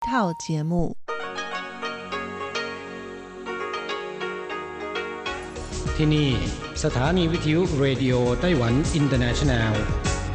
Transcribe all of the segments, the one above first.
套节目ที่นี่สถานีวิทยุเรดิโอไต้หวันอินเตอร์เนชั่นแนล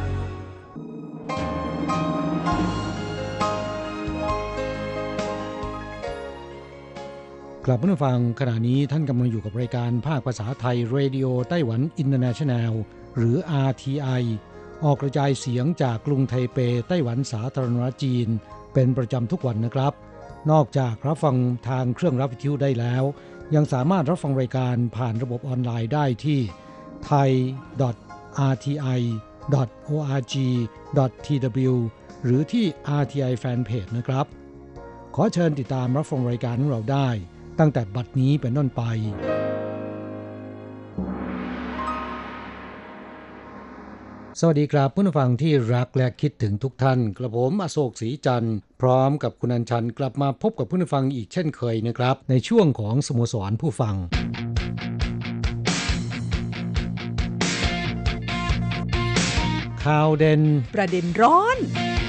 กลับมาฟังขณะนี้ท่านกำลังอยู่กับรายการภาคภาษาไทยเรดิโอไต้หวันอินเตอร์เนชั่นแนลหรือ RTI ออกกระจายเสียงจากกรุงไทเปไต้หวันสาธารณรัฐจีนเป็นประจำทุกวันนะครับนอกจากรับฟังทางเครื่องรับวิทยุได้แล้วยังสามารถรับฟังรายการผ่านระบบออนไลน์ได้ที่ thai.rti.org.tw หรือที่ RTI Fanpage นะครับขอเชิญติดตามรับฟังรายการของเราได้ตั้งแต่บัดนี้เป็นต้นไปสวัสดีครับผู้ฟังที่รักและคิดถึงทุกท่านกระผมอโศกศรีจันทร์พร้อมกับคุณอัญชันกลับมาพบกับผู้ฟังอีกเช่นเคยนะครับในช่วงของสโมสรผู้ฟังข่าวเด่นประเด็นร้อน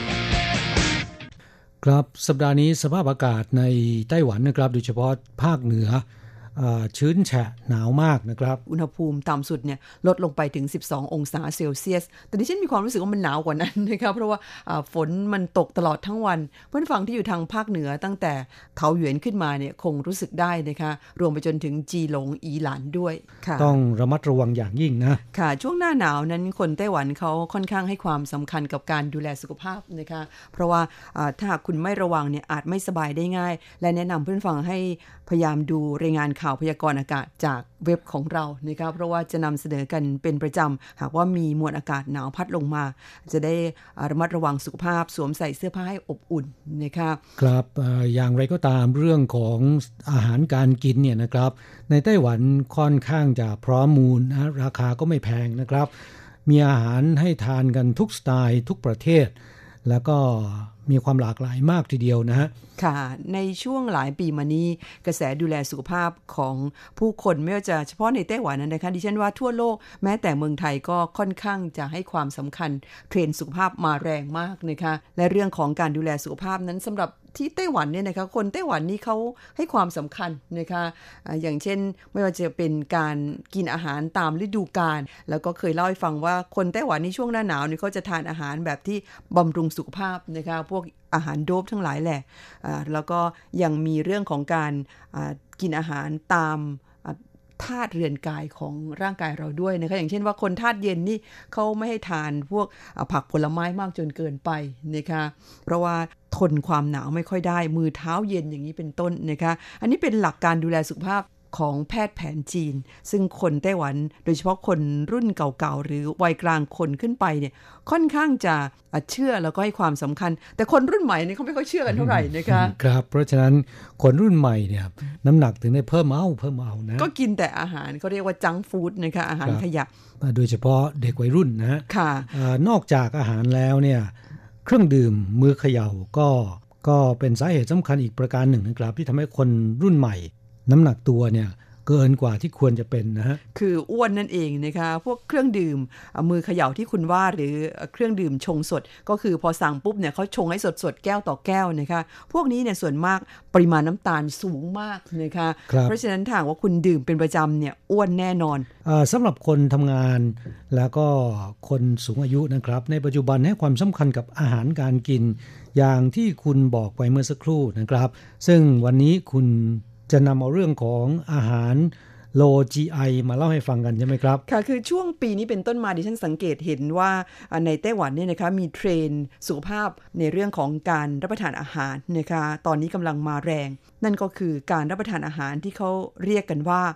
ครับสัปดาห์นี้สภาพอากาศในไต้หวันนะครับโดยเฉพาะภาคเหนือชื้นแฉะหนาวมากนะครับอุณหภูมิต่ำสุดเนี่ยลดลงไปถึง12องศาเซลเซียสแต่ดิฉันมีความรู้สึกว่ามันหนาวกว่านั้นนะครับเพราะว่าฝนมันตกตลอดทั้งวันเพื่อนฝั่งที่อยู่ทางภาคเหนือตั้งแต่เถาหยวนขึ้นมาเนี่ยคงรู้สึกได้นะคะรวมไปจนถึงจีหลงอีหลานด้วยค่ะต้องระมัดระวังอย่างยิ่งนะค่ะช่วงหน้าหนาวนั้นคนไต้หวันเขาค่อนข้างให้ความสำคัญกับการดูแลสุขภาพนะคะเพราะว่าถ้าหากคุณไม่ระวังเนี่ยอาจไม่สบายได้ง่ายและแนะนำเพื่อนฝั่งให้พยายามดูรายงานข่าวพยากรณ์อากาศจากเว็บของเรานะครับเพราะว่าจะนำเสนอกันเป็นประจำหากว่ามีมวลอากาศหนาวพัดลงมาจะได้ระมัดระวังสุขภาพสวมใส่เสื้อผ้าให้อบอุ่นนะคะครับอย่างไรก็ตามเรื่องของอาหารการกินเนี่ยนะครับในไต้หวันค่อนข้างจะพร้อมมูลนะราคาก็ไม่แพงนะครับมีอาหารให้ทานกันทุกสไตล์ทุกประเทศแล้วก็มีความหลากหลายมากทีเดียวนะฮะค่ะในช่วงหลายปีมานี้กระแสดูแลสุขภาพของผู้คนไม่ว่าจะเฉพาะในไต้หวันนะคะดิฉันว่าทั่วโลกแม้แต่เมืองไทยก็ค่อนข้างจะให้ความสำคัญเทรนด์สุขภาพมาแรงมากนะคะและเรื่องของการดูแลสุขภาพนั้นสำหรับที่ไต้หวันเนี่ยนะคะคนไต้หวันนี่เขาให้ความสำคัญนะคะอย่างเช่นไม่ว่าจะเป็นการกินอาหารตามฤดูกาลแล้วก็เคยเล่าให้ฟังว่าคนไต้หวันในช่วงหน้าหนาวนี่เขาจะทานอาหารแบบที่บำรุงสุขภาพนะคะพวกอาหารโดปทั้งหลายแหละแล้วก็ยังมีเรื่องของการกินอาหารตามธาตุเรือนกายของร่างกายเราด้วยนะคะอย่างเช่นว่าคนธาตุเย็นนี่เขาไม่ให้ทานพวกผักผลไม้มากจนเกินไปนะคะเพราะว่าทนความหนาวไม่ค่อยได้มือเท้าเย็นอย่างนี้เป็นต้นนะคะอันนี้เป็นหลักการดูแลสุขภาพของแพทย์แผนจีนซึ่งคนไต้หวันโดยเฉพาะคนรุ่นเก่าๆหรือวัยกลางคนขึ้นไปเนี่ยค่อนข้างจะเชื่อแล้วก็ให้ความสำคัญแต่คนรุ่นใหม่เนี่ยเขาไม่ค่อยเชื่อกันเท่าไหร่นะคะครับเพราะฉะนั้นคนรุ่นใหม่เนี่ยน้ำหนักถึงได้เพิ่มเอานะก็กินแต่อาหารเขาเรียกว่าจังก์ฟู้ดนะคะอาหารขยะโดยเฉพาะเด็กวัยรุ่นนะค่ะนอกจากอาหารแล้วเนี่ยเครื่องดื่มมื้อเขย่าก็เป็นสาเหตุสำคัญอีกประการหนึ่งนะครับที่ทำให้คนรุ่นใหม่น้ำหนักตัวเนี่ยเกินกว่าที่ควรจะเป็นนะฮะคืออ้วนนั่นเองนะคะพวกเครื่องดื่มมือเขย่าที่คุณว่าหรือเครื่องดื่มชงสดก็คือพอสั่งปุ๊บเนี่ยเขาชงให้สดๆแก้วต่อแก้วนะคะพวกนี้เนี่ยส่วนมากปริมาณน้ำตาลสูงมากนะคะเพราะฉะนั้นถ้าหากว่าคุณดื่มเป็นประจำเนี่ยอ้วนแน่นอนสำหรับคนทำงานแล้วก็คนสูงอายุนะครับในปัจจุบันให้ความสำคัญกับอาหารการกินอย่างที่คุณบอกไปเมื่อสักครู่นะครับซึ่งวันนี้คุณจะนำเอาเรื่องของอาหาร low GI มาเล่าให้ฟังกันใช่ไหมครับค่ะคือช่วงปีนี้เป็นต้นมาดิฉันสังเกตเห็นว่าในไต้หวันเนี่ยนะคะมีเทรนด์สุขภาพในเรื่องของการรับประทานอาหารนะคะตอนนี้กำลังมาแรงนั่นก็คือการรับประทานอาหารที่เขาเรียกกันว่า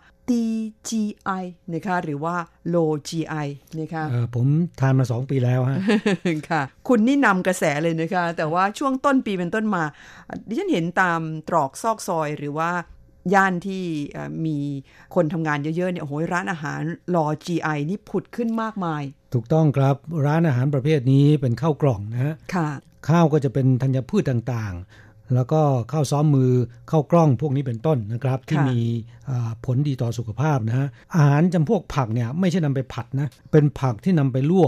DGI นะคะหรือว่า low GI นะคะผมทานมา2ปีแล้วฮะค่ะคุณนี่นำกระแสเลยนะคะแต่ว่าช่วงต้นปีเป็นต้นมาดิฉันเห็นตามตรอกซอกซอยหรือว่าย่านที่มีคนทำงานเยอะๆเนี่ยโอ้โหร้านอาหาร low GI นี่ผุดขึ้นมากมายถูกต้องครับร้านอาหารประเภทนี้เป็นข้าวกล่องนะฮะค่ะข้าวก็จะเป็นธัญพืชต่างๆแล้วก็ข้าวซ้อมมือข้าวกล้องพวกนี้เป็นต้นนะครับที่มีผลดีต่อสุขภาพนะฮะอาหารจำพวกผักเนี่ยไม่ใช่นำไปผัดนะเป็นผักที่นำไปลวก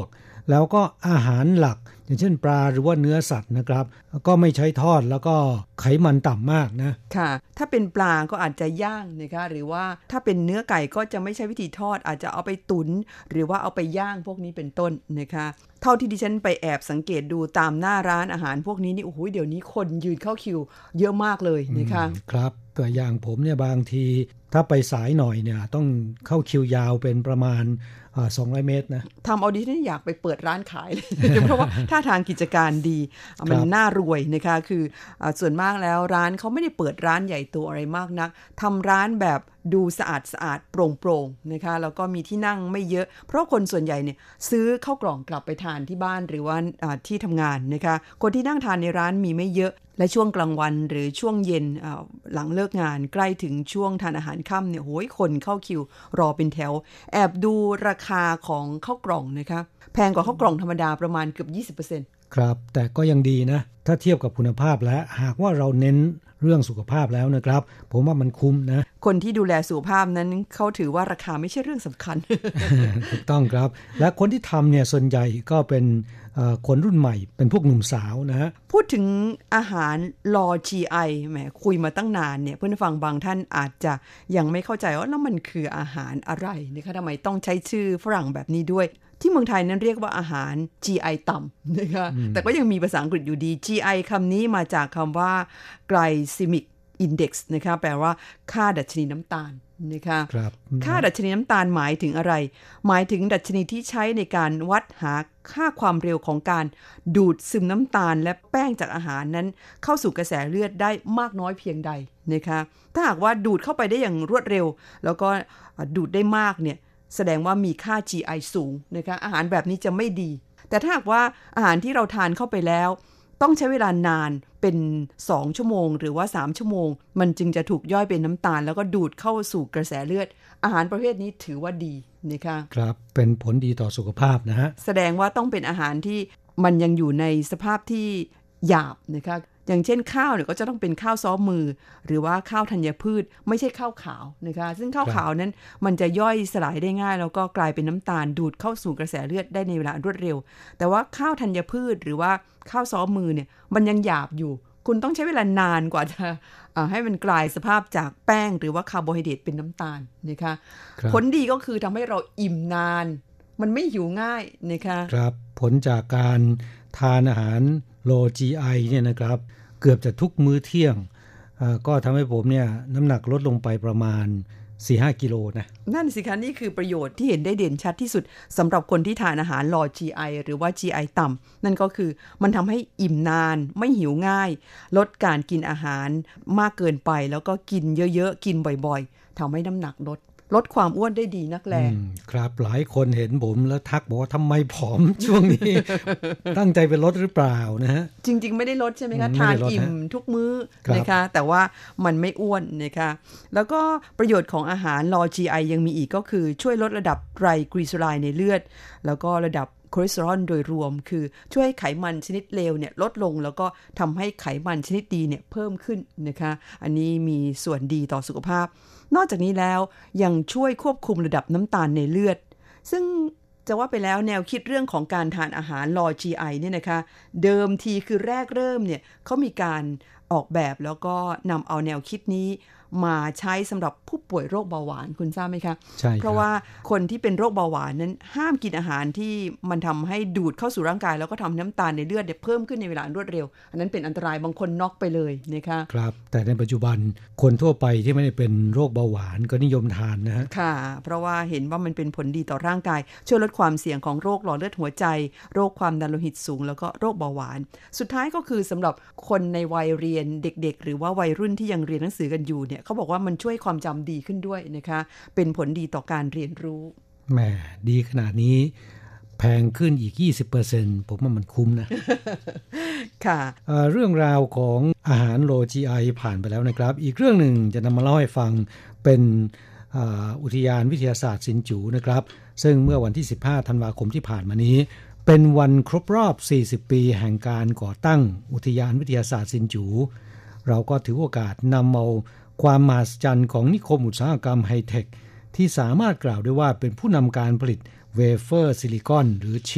แล้วก็อาหารหลักอย่างเช่นปลาหรือว่าเนื้อสัตว์นะครับก็ไม่ใช้ทอดแล้วก็ไขมันต่ำมากนะค่ะถ้าเป็นปลาก็อาจจะย่างนะคะหรือว่าถ้าเป็นเนื้อไก่ก็จะไม่ใช่วิธีทอดอาจจะเอาไปตุ๋นหรือว่าเอาไปย่างพวกนี้เป็นต้นนะคะเท่าที่ดิฉันไปแอบสังเกตดูตามหน้าร้านอาหารพวกนี้นี่โอ้โหเดี๋ยวนี้คนยืนเข้าคิวเยอะมากเลยนะคะครับตัวอย่างผมเนี่ยบางทีถ้าไปสายหน่อยเนี่ยต้องเข้าคิวยาวเป็นประมาณ200 เมตรนะทำเอาดิฉันอยากไปเปิดร้านขายเลย เพราะว่าท่าทางกิจการดีมันน่ารวยนะคะคือส่วนมากแล้วร้านเขาไม่ได้เปิดร้านใหญ่โตอะไรมากนักทำร้านแบบดูสะอาดโปร่งนะคะแล้วก็มีที่นั่งไม่เยอะเพราะคนส่วนใหญ่เนี่ยซื้อข้าวกล่องกลับไปทานที่บ้านหรือว่าที่ทำงานนะคะคนที่นั่งทานในร้านมีไม่เยอะและช่วงกลางวันหรือช่วงเย็นหลังเลิกงานใกล้ถึงช่วงทานอาหารค่ำเนี่ยโหยคนเข้าคิวรอเป็นแถวแอบดูราคาของข้าวกล่องนะคะแพงกว่าข้าวกล่องธรรมดาประมาณเกือบ 20% ครับแต่ก็ยังดีนะถ้าเทียบกับคุณภาพและหากว่าเราเน้นเรื่องสุขภาพแล้วนะครับผมว่ามันคุ้มนะคนที่ดูแลสุขภาพนั้นเขาถือว่าราคาไม่ใช่เรื่องสำคัญถูกต้องครับและคนที่ทำเนี่ยส่วนใหญ่ก็เป็นคนรุ่นใหม่เป็นพวกหนุ่มสาวนะฮะพูดถึงอาหารรอ GI แหมคุยมาตั้งนานเนี่ยเพื่อนฟังบางท่านอาจจะยังไม่เข้าใจว่าแล้วมันคืออาหารอะไรนะคะทำไมต้องใช้ชื่อฝรั่งแบบนี้ด้วยที่เมืองไทยนั้นเรียกว่าอาหาร GI ต่ำนะคะแต่ก็ยังมีภาษาอังกฤษอยู่ดี GI คำนี้มาจากคำว่า Glycemic Index นะคะแปลว่าค่าดัชนีน้ำตาลนะคะค่าดัชนีน้ำตาลหมายถึงอะไรหมายถึงดัชนีที่ใช้ในการวัดหาค่าความเร็วของการดูดซึมน้ำตาลและแป้งจากอาหารนั้นเข้าสู่กระแสเลือดได้มากน้อยเพียงใดนะคะถ้าหากว่าดูดเข้าไปได้อย่างรวดเร็วแล้วก็ดูดได้มากเนี่ยแสดงว่ามีค่า GI สูงนะคะอาหารแบบนี้จะไม่ดีแต่ถ้าหากว่าอาหารที่เราทานเข้าไปแล้วต้องใช้เวลานานเป็น2ชั่วโมงหรือว่า3ชั่วโมงมันจึงจะถูกย่อยเป็นน้ำตาลแล้วก็ดูดเข้าสู่กระแสเลือดอาหารประเภทนี้ถือว่าดีนะคะครับเป็นผลดีต่อสุขภาพนะฮะแสดงว่าต้องเป็นอาหารที่มันยังอยู่ในสภาพที่หยาบนะคะอย่างเช่นข้าวเนี่ยก็จะต้องเป็นข้าวซ้อมมือหรือว่าข้าวธัญพืชไม่ใช่ข้าวขาวนะคะซึ่งข้าวขาวนั้นมันจะย่อยสลายได้ง่ายแล้วก็กลายเป็นน้ำตาลดูดเข้าสู่กระแสเลือดได้ในเวลารวดเร็วแต่ว่าข้าวธัญพืชหรือว่าข้าวซ้อมมือเนี่ยมันยังหยาบอยู่คุณต้องใช้เวลานานกว่าจะให้มันกลายสภาพจากแป้งหรือว่าคาร์โบไฮเดรตเป็นน้ำตาลนะคะผลดีก็คือทำให้เราอิ่มนานมันไม่หิวง่ายนะคะครับผลจากการทานอาหารโล GI เนี่ยนะครับเกือบจะทุกมื้อเที่ยงก็ทำให้ผมเนี่ยน้ำหนักลดลงไปประมาณ 4-5 กิโลนะนั่นสิคะนี่คือประโยชน์ที่เห็นได้เด่นชัดที่สุดสำหรับคนที่ทานอาหารรอ GI หรือว่า GI ต่ำนั่นก็คือมันทำให้อิ่มนานไม่หิวง่ายลดการกินอาหารมากเกินไปแล้วก็กินเยอะๆกินบ่อยๆทำให้น้ำหนักลดความอ้วนได้ดีนักแลครับหลายคนเห็นผมแล้วทักบอกว่าทำไมผอมช่วงนี้ ตั้งใจไปลดหรือเปล่านะฮะจริงๆไม่ได้ลดใช่ไหมคะทานอิ่มทุกมื้อนะคะแต่ว่ามันไม่อ้วนนะคะแล้วก็ประโยชน์ของอาหารรอ GI ยังมีอีกก็คือช่วยลดระดับไตรกลีเซอไรด์ในเลือดแล้วก็ระดับคอเลสเตอรอลโดยรวมคือช่วยไขมันชนิดเลวเนี่ยลดลงแล้วก็ทำให้ไขมันชนิดดีเนี่ยเพิ่มขึ้นนะคะอันนี้มีส่วนดีต่อสุขภาพนอกจากนี้แล้วยังช่วยควบคุมระดับน้ำตาลในเลือดซึ่งจะว่าไปแล้วแนวคิดเรื่องของการทานอาหารรอ GI เนี่ยนะคะเดิมทีคือแรกเริ่มเนี่ยเขามีการออกแบบแล้วก็นำเอาแนวคิดนี้มาใช้สำหรับผู้ป่วยโรคเบาหวานคุณทราบไหมคะใช่เพราะว่าคนที่เป็นโรคเบาหวานนั้นห้ามกินอาหารที่มันทำให้ดูดเข้าสู่ร่างกายแล้วก็ทำน้ำตาลในเลือดเพิ่มขึ้นในเวลารวดเร็วอันนั้นเป็นอันตรายบางคนน็อกไปเลยนะคะครับแต่ในปัจจุบันคนทั่วไปที่ไม่ได้เป็นโรคเบาหวานก็นิยมทานนะฮะค่ะเพราะว่าเห็นว่ามันเป็นผลดีต่อร่างกายช่วยลดความเสี่ยงของโรคหลอดเลือดหัวใจโรคความดันโลหิตสูงแล้วก็โรคเบาหวานสุดท้ายก็คือสำหรับคนในวัยเรียนเด็กๆหรือว่าวัยรุ่นที่ยังเรียนหนังสือกันอยู่เนี่ยเขาบอกว่ามันช่วยความจำดีขึ้นด้วยนะคะเป็นผลดีต่อการเรียนรู้แหมดีขนาดนี้แพงขึ้นอีก 20% ผมว่ามันคุ้มนะค่ะเรื่องราวของอาหารโล GI ผ่านไปแล้วนะครับอีกเรื่องหนึ่งจะนำมาเล่าให้ฟังเป็นอุทยานวิทยาศาสตร์ซินจูนะครับซึ่งเมื่อวันที่15ธันวาคมที่ผ่านมานี้เป็นวันครบรอบ40ปีแห่งการก่อตั้งอุทยานวิทยาศาสตร์ซินจูเราก็ถือโอกาสนำเอาความมหัศจรรย์ของนิคมอุตสาหกรรมไฮเทคที่สามารถกล่าวได้ว่าเป็นผู้นำการผลิตเวเฟอร์ซิลิคอนหรือชิป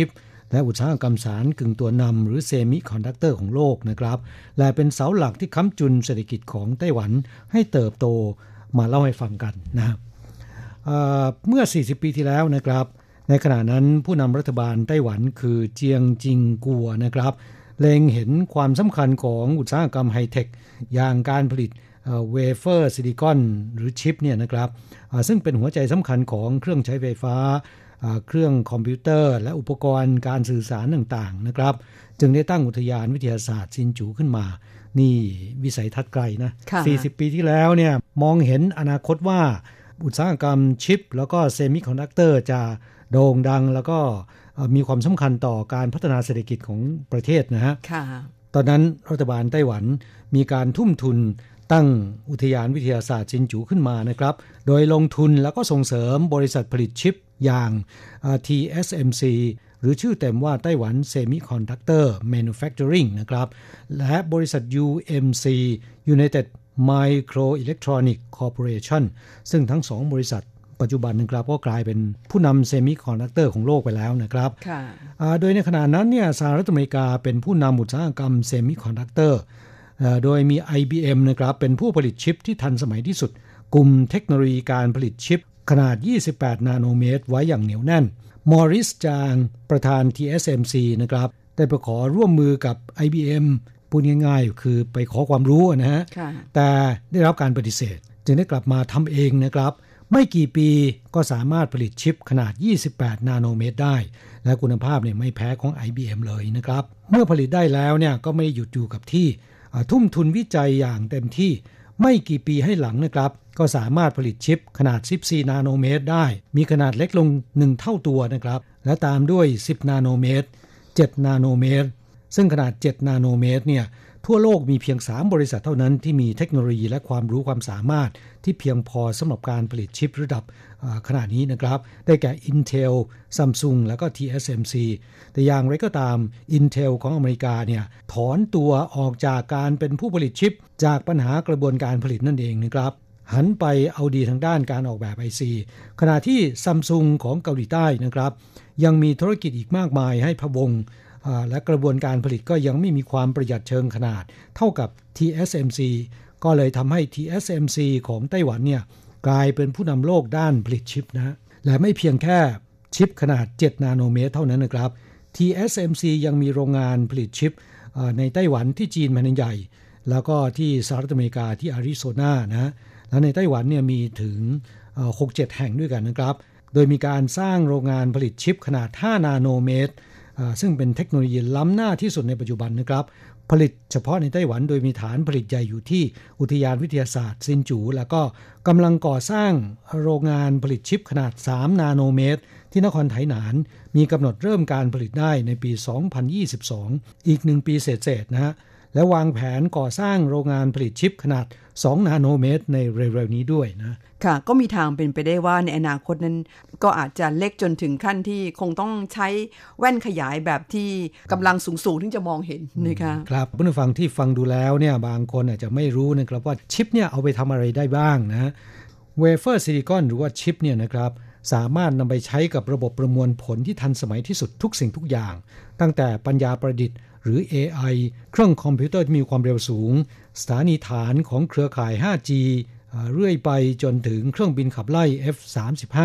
และอุตสาหกรรมสารกึ่งตัวนำหรือเซมิคอนดักเตอร์ของโลกนะครับและเป็นเสาหลักที่ค้ำจุนเศรษฐกิจของไต้หวันให้เติบโตมาเล่าให้ฟังกันนะเมื่อ40ปีที่แล้วนะครับในขณะนั้นผู้นำรัฐบาลไต้หวันคือเจียงจิงกัวนะครับเล็งเห็นความสำคัญของอุตสาหกรรมไฮเทคอย่างการผลิตเวเฟอร์ซิลิคอนหรือชิปเนี่ยนะครับซึ่งเป็นหัวใจสำคัญของเครื่องใช้ไฟฟ้าเครื่องคอมพิวเตอร์และอุปกรณ์การสื่อสารต่างๆนะครับจึงได้ตั้งอุทยานวิทยาศาสตร์ซินจูขึ้นมานี่วิสัยทัศน์ไกลนะ40ปีที่แล้วเนี่ยมองเห็นอนาคตว่าอุตสาหกรรมชิปแล้วก็เซมิคอนดักเตอร์จะโด่งดังแล้วก็มีความสำคัญต่อการพัฒนาเศรษฐกิจของประเทศนะฮะตอนนั้นรัฐบาลไต้หวันมีการทุ่มทุนตั้งอุทยานวิทยาศาสตร์ซินจูขึ้นมานะครับโดยลงทุนแล้วก็ส่งเสริมบริษัทผลิตชิปอย่าง TSMC หรือชื่อเต็มว่าไต้หวัน Semiconductor Manufacturing นะครับและบริษัท UMC United Microelectronic Corporation ซึ่งทั้งสองบริษัทปัจจุบันนะครับก็กลายเป็นผู้นำเซมิคอนดักเตอร์ของโลกไปแล้วนะครับโดยในขณะนั้นเนี่ยสหรัฐอเมริกาเป็นผู้นำอุตสาหกรรมเซมิคอนดักเตอร์โดยมี IBM นะครับเป็นผู้ผลิตชิปที่ทันสมัยที่สุดกลุ่มเทคโนโลยีการผลิตชิปขนาด28นาโนเมตรไว้อย่างเหนียวแน่นมอริสจางประธาน TSMC นะครับได้ไปขอร่วมมือกับ IBM พูดง่ายๆคือไปขอความรู้นะฮะแต่ได้รับการปฏิเสธจึงได้กลับมาทำเองนะครับไม่กี่ปีก็สามารถผลิตชิปขนาด28นาโนเมตรได้และคุณภาพเนี่ยไม่แพ้ของ IBM เลยนะครับเมื่อผลิตได้แล้วเนี่ยก็ไม่หยุดอยู่กับที่ทุ่มทุนวิจัยอย่างเต็มที่ไม่กี่ปีให้หลังนะครับก็สามารถผลิตชิปขนาด14นาโนเมตรได้มีขนาดเล็กลง1เท่าตัวนะครับและตามด้วย10นาโนเมตร7นาโนเมตรซึ่งขนาด7นาโนเมตรเนี่ยทั่วโลกมีเพียง3บริษัทเท่านั้นที่มีเทคโนโลยีและความรู้ความสามารถที่เพียงพอสำหรับการผลิตชิประดับขนาดนี้นะครับได้แก่ Intel Samsung แล้วก็ TSMC แต่อย่างไรก็ตาม Intel ของอเมริกาเนี่ยถอนตัวออกจากการเป็นผู้ผลิตชิปจากปัญหากระบวนการผลิตนั่นเองนะครับหันไปเอาดีทางด้านการออกแบบ IC ขณะที่ Samsung ของเกาหลีใต้นะครับยังมีธุรกิจอีกมากมายให้พะวงและกระบวนการผลิตก็ยังไม่มีความประหยัดเชิงขนาดเท่ากับ TSMC ก็เลยทำให้ TSMC ของไต้หวันเนี่ยกลายเป็นผู้นำโลกด้านผลิตชิปนะและไม่เพียงแค่ชิปขนาด7นาโนเมตรเท่านั้นนะครับ TSMC ยังมีโรงงานผลิตชิปในไต้หวันที่จีนแผ่นใหญ่แล้วก็ที่สหรัฐอเมริกาที่อาริโซนานะแล้วในไต้หวันเนี่ยมีถึง 6-7 แห่งด้วยกันนะครับโดยมีการสร้างโรงงานผลิตชิปขนาด5นาโนเมตรซึ่งเป็นเทคโนโลยีล้ำหน้าที่สุดในปัจจุบันนะครับผลิตเฉพาะในไต้หวันโดยมีฐานผลิตใหญ่อยู่ที่อุทยานวิทยาศาสตร์ซินจูแล้วก็กำลังก่อสร้างโรงงานผลิตชิปขนาด3นาโนเมตรที่นครไถหนานมีกำหนดเริ่มการผลิตได้ในปี 2022 อีก1ปีเศษๆนะฮะและวางแผนก่อสร้างโรงงานผลิตชิปขนาด2นาโนเมตรในเร็วๆนี้ด้วยนะค่ะก็มีทางเป็นไปได้ว่าในอนาคตนั้นก็อาจจะเล็กจนถึงขั้นที่คงต้องใช้แว่นขยายแบบที่กำลังสูงๆถึงจะมองเห็นนะคะครับผู้ฟังที่ฟังดูแล้วเนี่ยบางคนอาจจะไม่รู้นะครับว่าชิปเนี่ยเอาไปทำอะไรได้บ้างนะเวเฟอร์ซิลิคอนหรือว่าชิปเนี่ยนะครับสามารถนำไปใช้กับระบบประมวลผลที่ทันสมัยที่สุดทุกสิ่งทุกอย่างตั้งแต่ปัญญาประดิษฐ์หรือ AI เครื่องคอมพิวเตอร์ที่มีความเร็วสูงสถานีฐานของเครือข่าย 5G เรื่อยไปจนถึงเครื่องบินขับไล่ F-35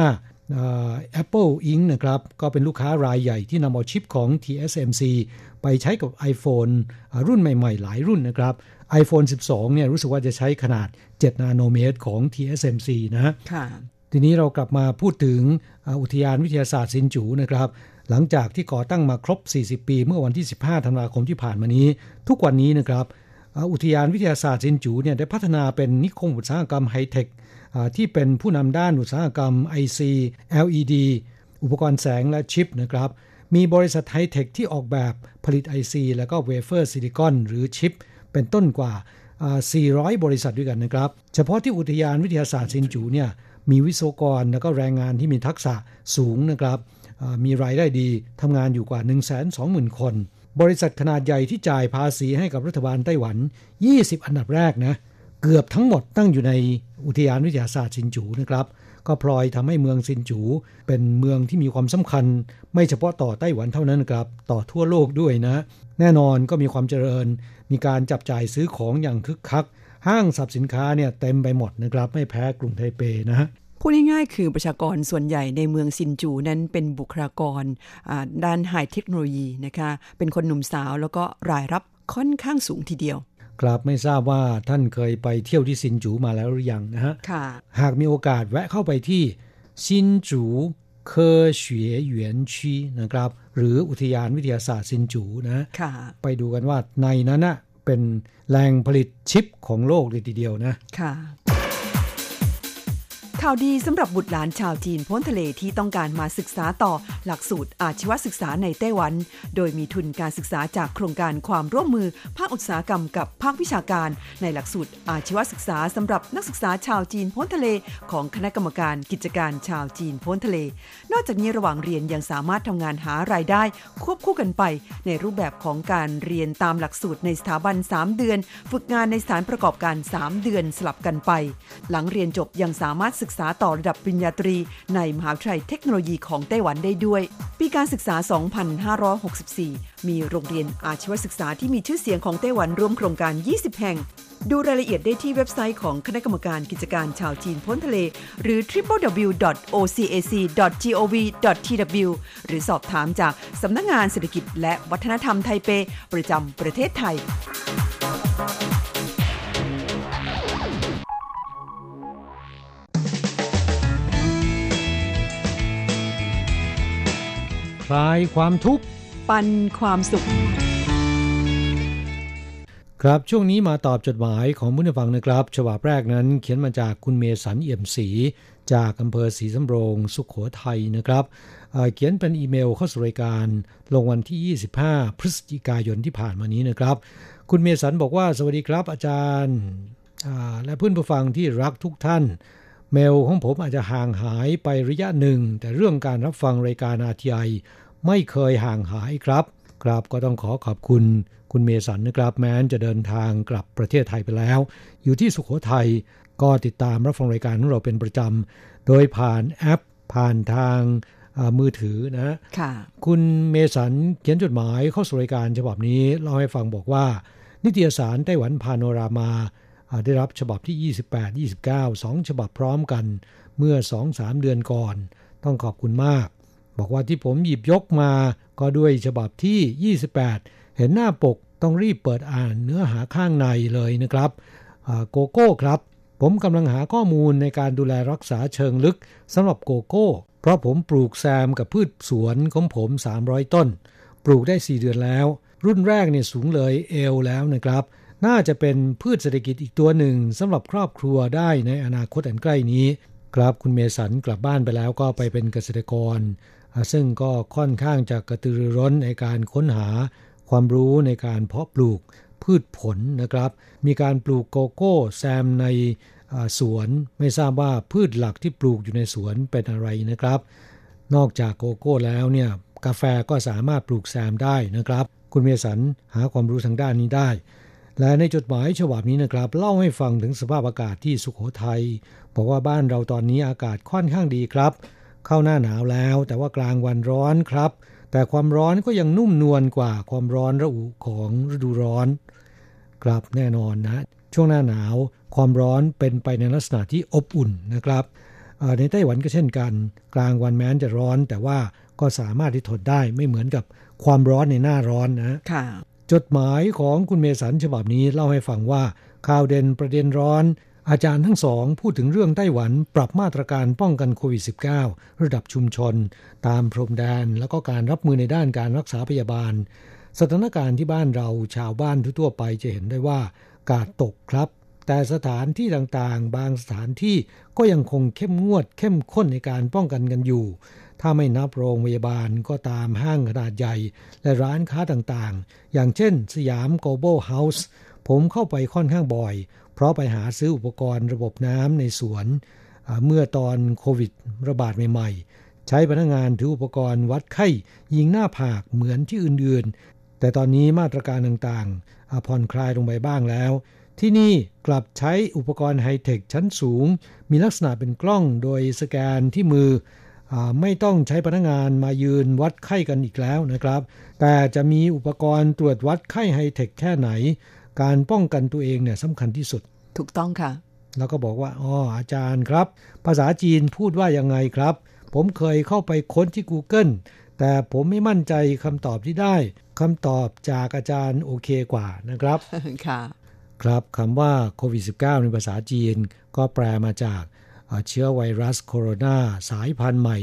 Apple Inc. นะครับก็เป็นลูกค้ารายใหญ่ที่นำเอาชิปของ TSMC ไปใช้กับ iPhone รุ่นใหม่ๆหลายรุ่นนะครับ iPhone 12 เนี่ยรู้สึกว่าจะใช้ขนาด7นาโนเมตรของ TSMC นะค่ะทีนี้เรากลับมาพูดถึงอุทยานวิทยาศาสตร์ซินจูนะครับหลังจากที่ก่อตั้งมาครบ40ปีเมื่อวันที่15ธันวาคมที่ผ่านมานี้ทุกวันนี้นะครับอุทยานวิทยาศาสตร์ซินจูเนี่ยได้พัฒนาเป็นนิคมอุตสาหกรรมไฮเทคที่เป็นผู้นำด้านอุตสาหกรรม IC LED อุปกรณ์แสงและชิปนะครับมีบริษัทไฮเทคที่ออกแบบผลิต IC แล้วก็เวเฟอร์ซิลิคอนหรือชิปเป็นต้นกว่า400บริษัทด้วยกันนะครับเฉพาะที่อุทยานวิทยาศาสตร์ซินจูเนี่ยมีวิศวกรแล้วก็แรงงานที่มีทักษะสูงนะครับมีรายได้ดีทำงานอยู่กว่า 120,000 คนบริษัทขนาดใหญ่ที่จ่ายภาษีให้กับรัฐบาลไต้หวัน20อันดับแรกนะเกือบทั้งหมดตั้งอยู่ในอุทยานวิทยาศาสตร์ซินจูนะครับก็พลอยทำให้เมืองซินจูเป็นเมืองที่มีความสำคัญไม่เฉพาะต่อไต้หวันเท่านั้นครับต่อทั่วโลกด้วยนะแน่นอนก็มีความเจริญมีการจับจ่ายซื้อของอย่างคึกคักห้างสรรพสินค้าเนี่ยเต็มไปหมดนะครับไม่แพ้กรุงไทเปนะฮะพูดง่ายๆคือประชากรส่วนใหญ่ในเมืองซินจูนั้นเป็นบุคลากรด้านไฮเทคโนโลยีนะคะเป็นคนหนุ่มสาวแล้วก็รายรับค่อนข้างสูงทีเดียวครับไม่ทราบว่าท่านเคยไปเที่ยวที่ซินจูมาแล้วหรือยังนะฮะหากมีโอกาสแวะเข้าไปที่ซินจูเคอเฉวียเหวียนชีนะครับหรืออุทยานวิทยาศาสตร์ซินจูนะไปดูกันว่าในนั้นนะเป็นแหล่งผลิตชิปของโลกเลยทีเดียวนะค่ะข่าวดีสำหรับบุตรหลานชาวจีนพ้นทะเลที่ต้องการมาศึกษาต่อหลักสูตรอาชีวศึกษาในไต้หวันโดยมีทุนการศึกษาจากโครงการความร่วมมือภาคอุตสาหกรรมกับภาควิชาการในหลักสูตรอาชีวศึกษาสำหรับนักศึกษาชาวจีนพ้นทะเลของคณะกรรมการกิจการชาวจีนพ้นทะเลนอกจากนี้ระหว่างเรียนยังสามารถทำงานหารายได้ควบคู่กันไปในรูปแบบของการเรียนตามหลักสูตรในสถาบัน3เดือนฝึกงานในสถานประกอบการ3เดือนสลับกันไปหลังเรียนจบยังสามารถศึกษาต่อระดับปริญญาตรีในมหาวิทยาลัยเทคโนโลยีของไต้หวันได้ด้วยปีการศึกษา 2564 มีโรงเรียนอาชีวศึกษาที่มีชื่อเสียงของไต้หวันร่วมโครงการ20แห่งดูรายละเอียดได้ที่เว็บไซต์ของคณะกรรมการกิจการชาวจีนพ้นทะเลหรือ www.ocac.gov.tw หรือสอบถามจากสำนักงานเศรษฐกิจและวัฒนธรรมไทเปประจำประเทศไทยคลายความทุกข์ปันความสุขครับช่วงนี้มาตอบจดหมายของผู้ฟังนะครับฉบับแรกนั้นเขียนมาจากคุณเมสันเอี่ยมศรีจากอำเภอศรีสำโรงสุโขทัยนะครับเขียนเป็นอีเมลเข้าสู่รายการลงวันที่25พฤศจิกายนที่ผ่านมานี้นะครับคุณเมสันบอกว่าสวัสดีครับอาจารย์และเพื่อนผู้ฟังที่รักทุกท่านเมลของผมอาจจะห่างหายไประยะหนึ่งแต่เรื่องการรับฟังรายการ RTI ไม่เคยห่างหายครับก็ต้องขอบคุณคุณเมสันนะครับแม้จะเดินทางกลับประเทศไทยไปแล้วอยู่ที่สุโขทัยก็ติดตามรับฟังรายการของเราเป็นประจำโดยผ่านแอปผ่านทางมือถือนะคุณเมสันเขียนจดหมายเข้าสู่รายการฉบับนี้เล่าให้ฟังบอกว่านิตยสารไต้หวันพาโนรามาได้รับฉบับที่28 29 2ฉบับพร้อมกันเมื่อ 2-3 เดือนก่อนต้องขอบคุณมากบอกว่าที่ผมหยิบยกมาก็ด้วยฉบับที่28เห็นหน้าปกต้องรีบเปิดอ่านเนื้อหาข้างในเลยนะครับโกโก้ครับผมกำลังหาข้อมูลในการดูแลรักษาเชิงลึกสำหรับโกโก้เพราะผมปลูกแซมกับพืชสวนของผม300ต้นปลูกได้4เดือนแล้วรุ่นแรกเนี่ยสูงเลยเอวแล้วนะครับน่าจะเป็นพืชเศรษฐกิจอีกตัวหนึ่งสำหรับครอบครัวได้ในอนาคตอันใกล้นี้ครับคุณเมสันกลับบ้านไปแล้วก็ไปเป็นเกษตรกรซึ่งก็ค่อนข้างจะกระตือรือร้นในการค้นหาความรู้ในการเพาะปลูกพืชผลนะครับมีการปลูกโกโก้แซมในสวนไม่ทราบว่าพืชหลักที่ปลูกอยู่ในสวนเป็นอะไรนะครับนอกจากโกโก้แล้วเนี่ยกาแฟก็สามารถปลูกแซมได้นะครับคุณเมสันหาความรู้ทางด้านนี้ได้และในจดหมายฉบับนี้นะครับเล่าให้ฟังถึงสภาพอากาศที่สุโขทัยบอกว่าบ้านเราตอนนี้อากาศค่อนข้างดีครับเข้าหน้าหนาวแล้วแต่ว่ากลางวันร้อนครับแต่ความร้อนก็ยังนุ่มนวลกว่าความร้อนระอุของฤดูร้อนครับแน่นอนนะช่วงหน้าหนาวความร้อนเป็นไปในลักษณะที่อบอุ่นนะครับในไต้หวันก็เช่นกันกลางวันแม้จะร้อนแต่ว่าก็สามารถที่ทนได้ไม่เหมือนกับความร้อนในหน้าร้อนนะจดหมายของคุณเมสันฉบับนี้เล่าให้ฟังว่าข่าวเด่นประเด็นร้อนอาจารย์ทั้งสองพูดถึงเรื่องไต้หวันปรับมาตรการป้องกันโควิด -19 ระดับชุมชนตามพรมแดนแล้วก็การรับมือในด้านการรักษาพยาบาลสถานการณ์ที่บ้านเราชาวบ้านทั่วไปจะเห็นได้ว่ากาดตกครับแต่สถานที่ต่างๆบางสถานที่ก็ยังคงเข้มงวดเข้มข้นในการป้องกันกันอยู่ถ้าไม่นับโรงพยาบาลก็ตามห้างขนาดใหญ่และร้านค้าต่างๆอย่างเช่นสยามโกลบอลเฮาส์ผมเข้าไปค่อนข้างบ่อยเพราะไปหาซื้ออุปกรณ์ระบบน้ำในสวนเมื่อตอนโควิดระบาดใหม่ๆใช้พนักงานถืออุปกรณ์วัดไข้ยิงหน้าผากเหมือนที่อื่นๆแต่ตอนนี้มาตรการต่างๆผ่อนคลายลงไปบ้างแล้วที่นี่กลับใช้อุปกรณ์ไฮเทคชั้นสูงมีลักษณะเป็นกล้องโดยสแกนที่มือไม่ต้องใช้พนักงานมายืนวัดไข้กันอีกแล้วนะครับแต่จะมีอุปกรณ์ตรวจวัดไข้ไฮเทคแค่ไหนการป้องกันตัวเองเนี่ยสำคัญที่สุดถูกต้องค่ะแล้วก็บอกว่าอาจารย์ครับภาษาจีนพูดว่ายังไงครับผมเคยเข้าไปค้นที่ Google แต่ผมไม่มั่นใจคำตอบที่ได้คำตอบจากอาจารย์โอเคกว่านะครับค่ะครับคำว่าโควิด -19 ในภาษาจีนก็แปลมาจากเชื้อไวรัสโคโรนาสายพันธุ์ใหม่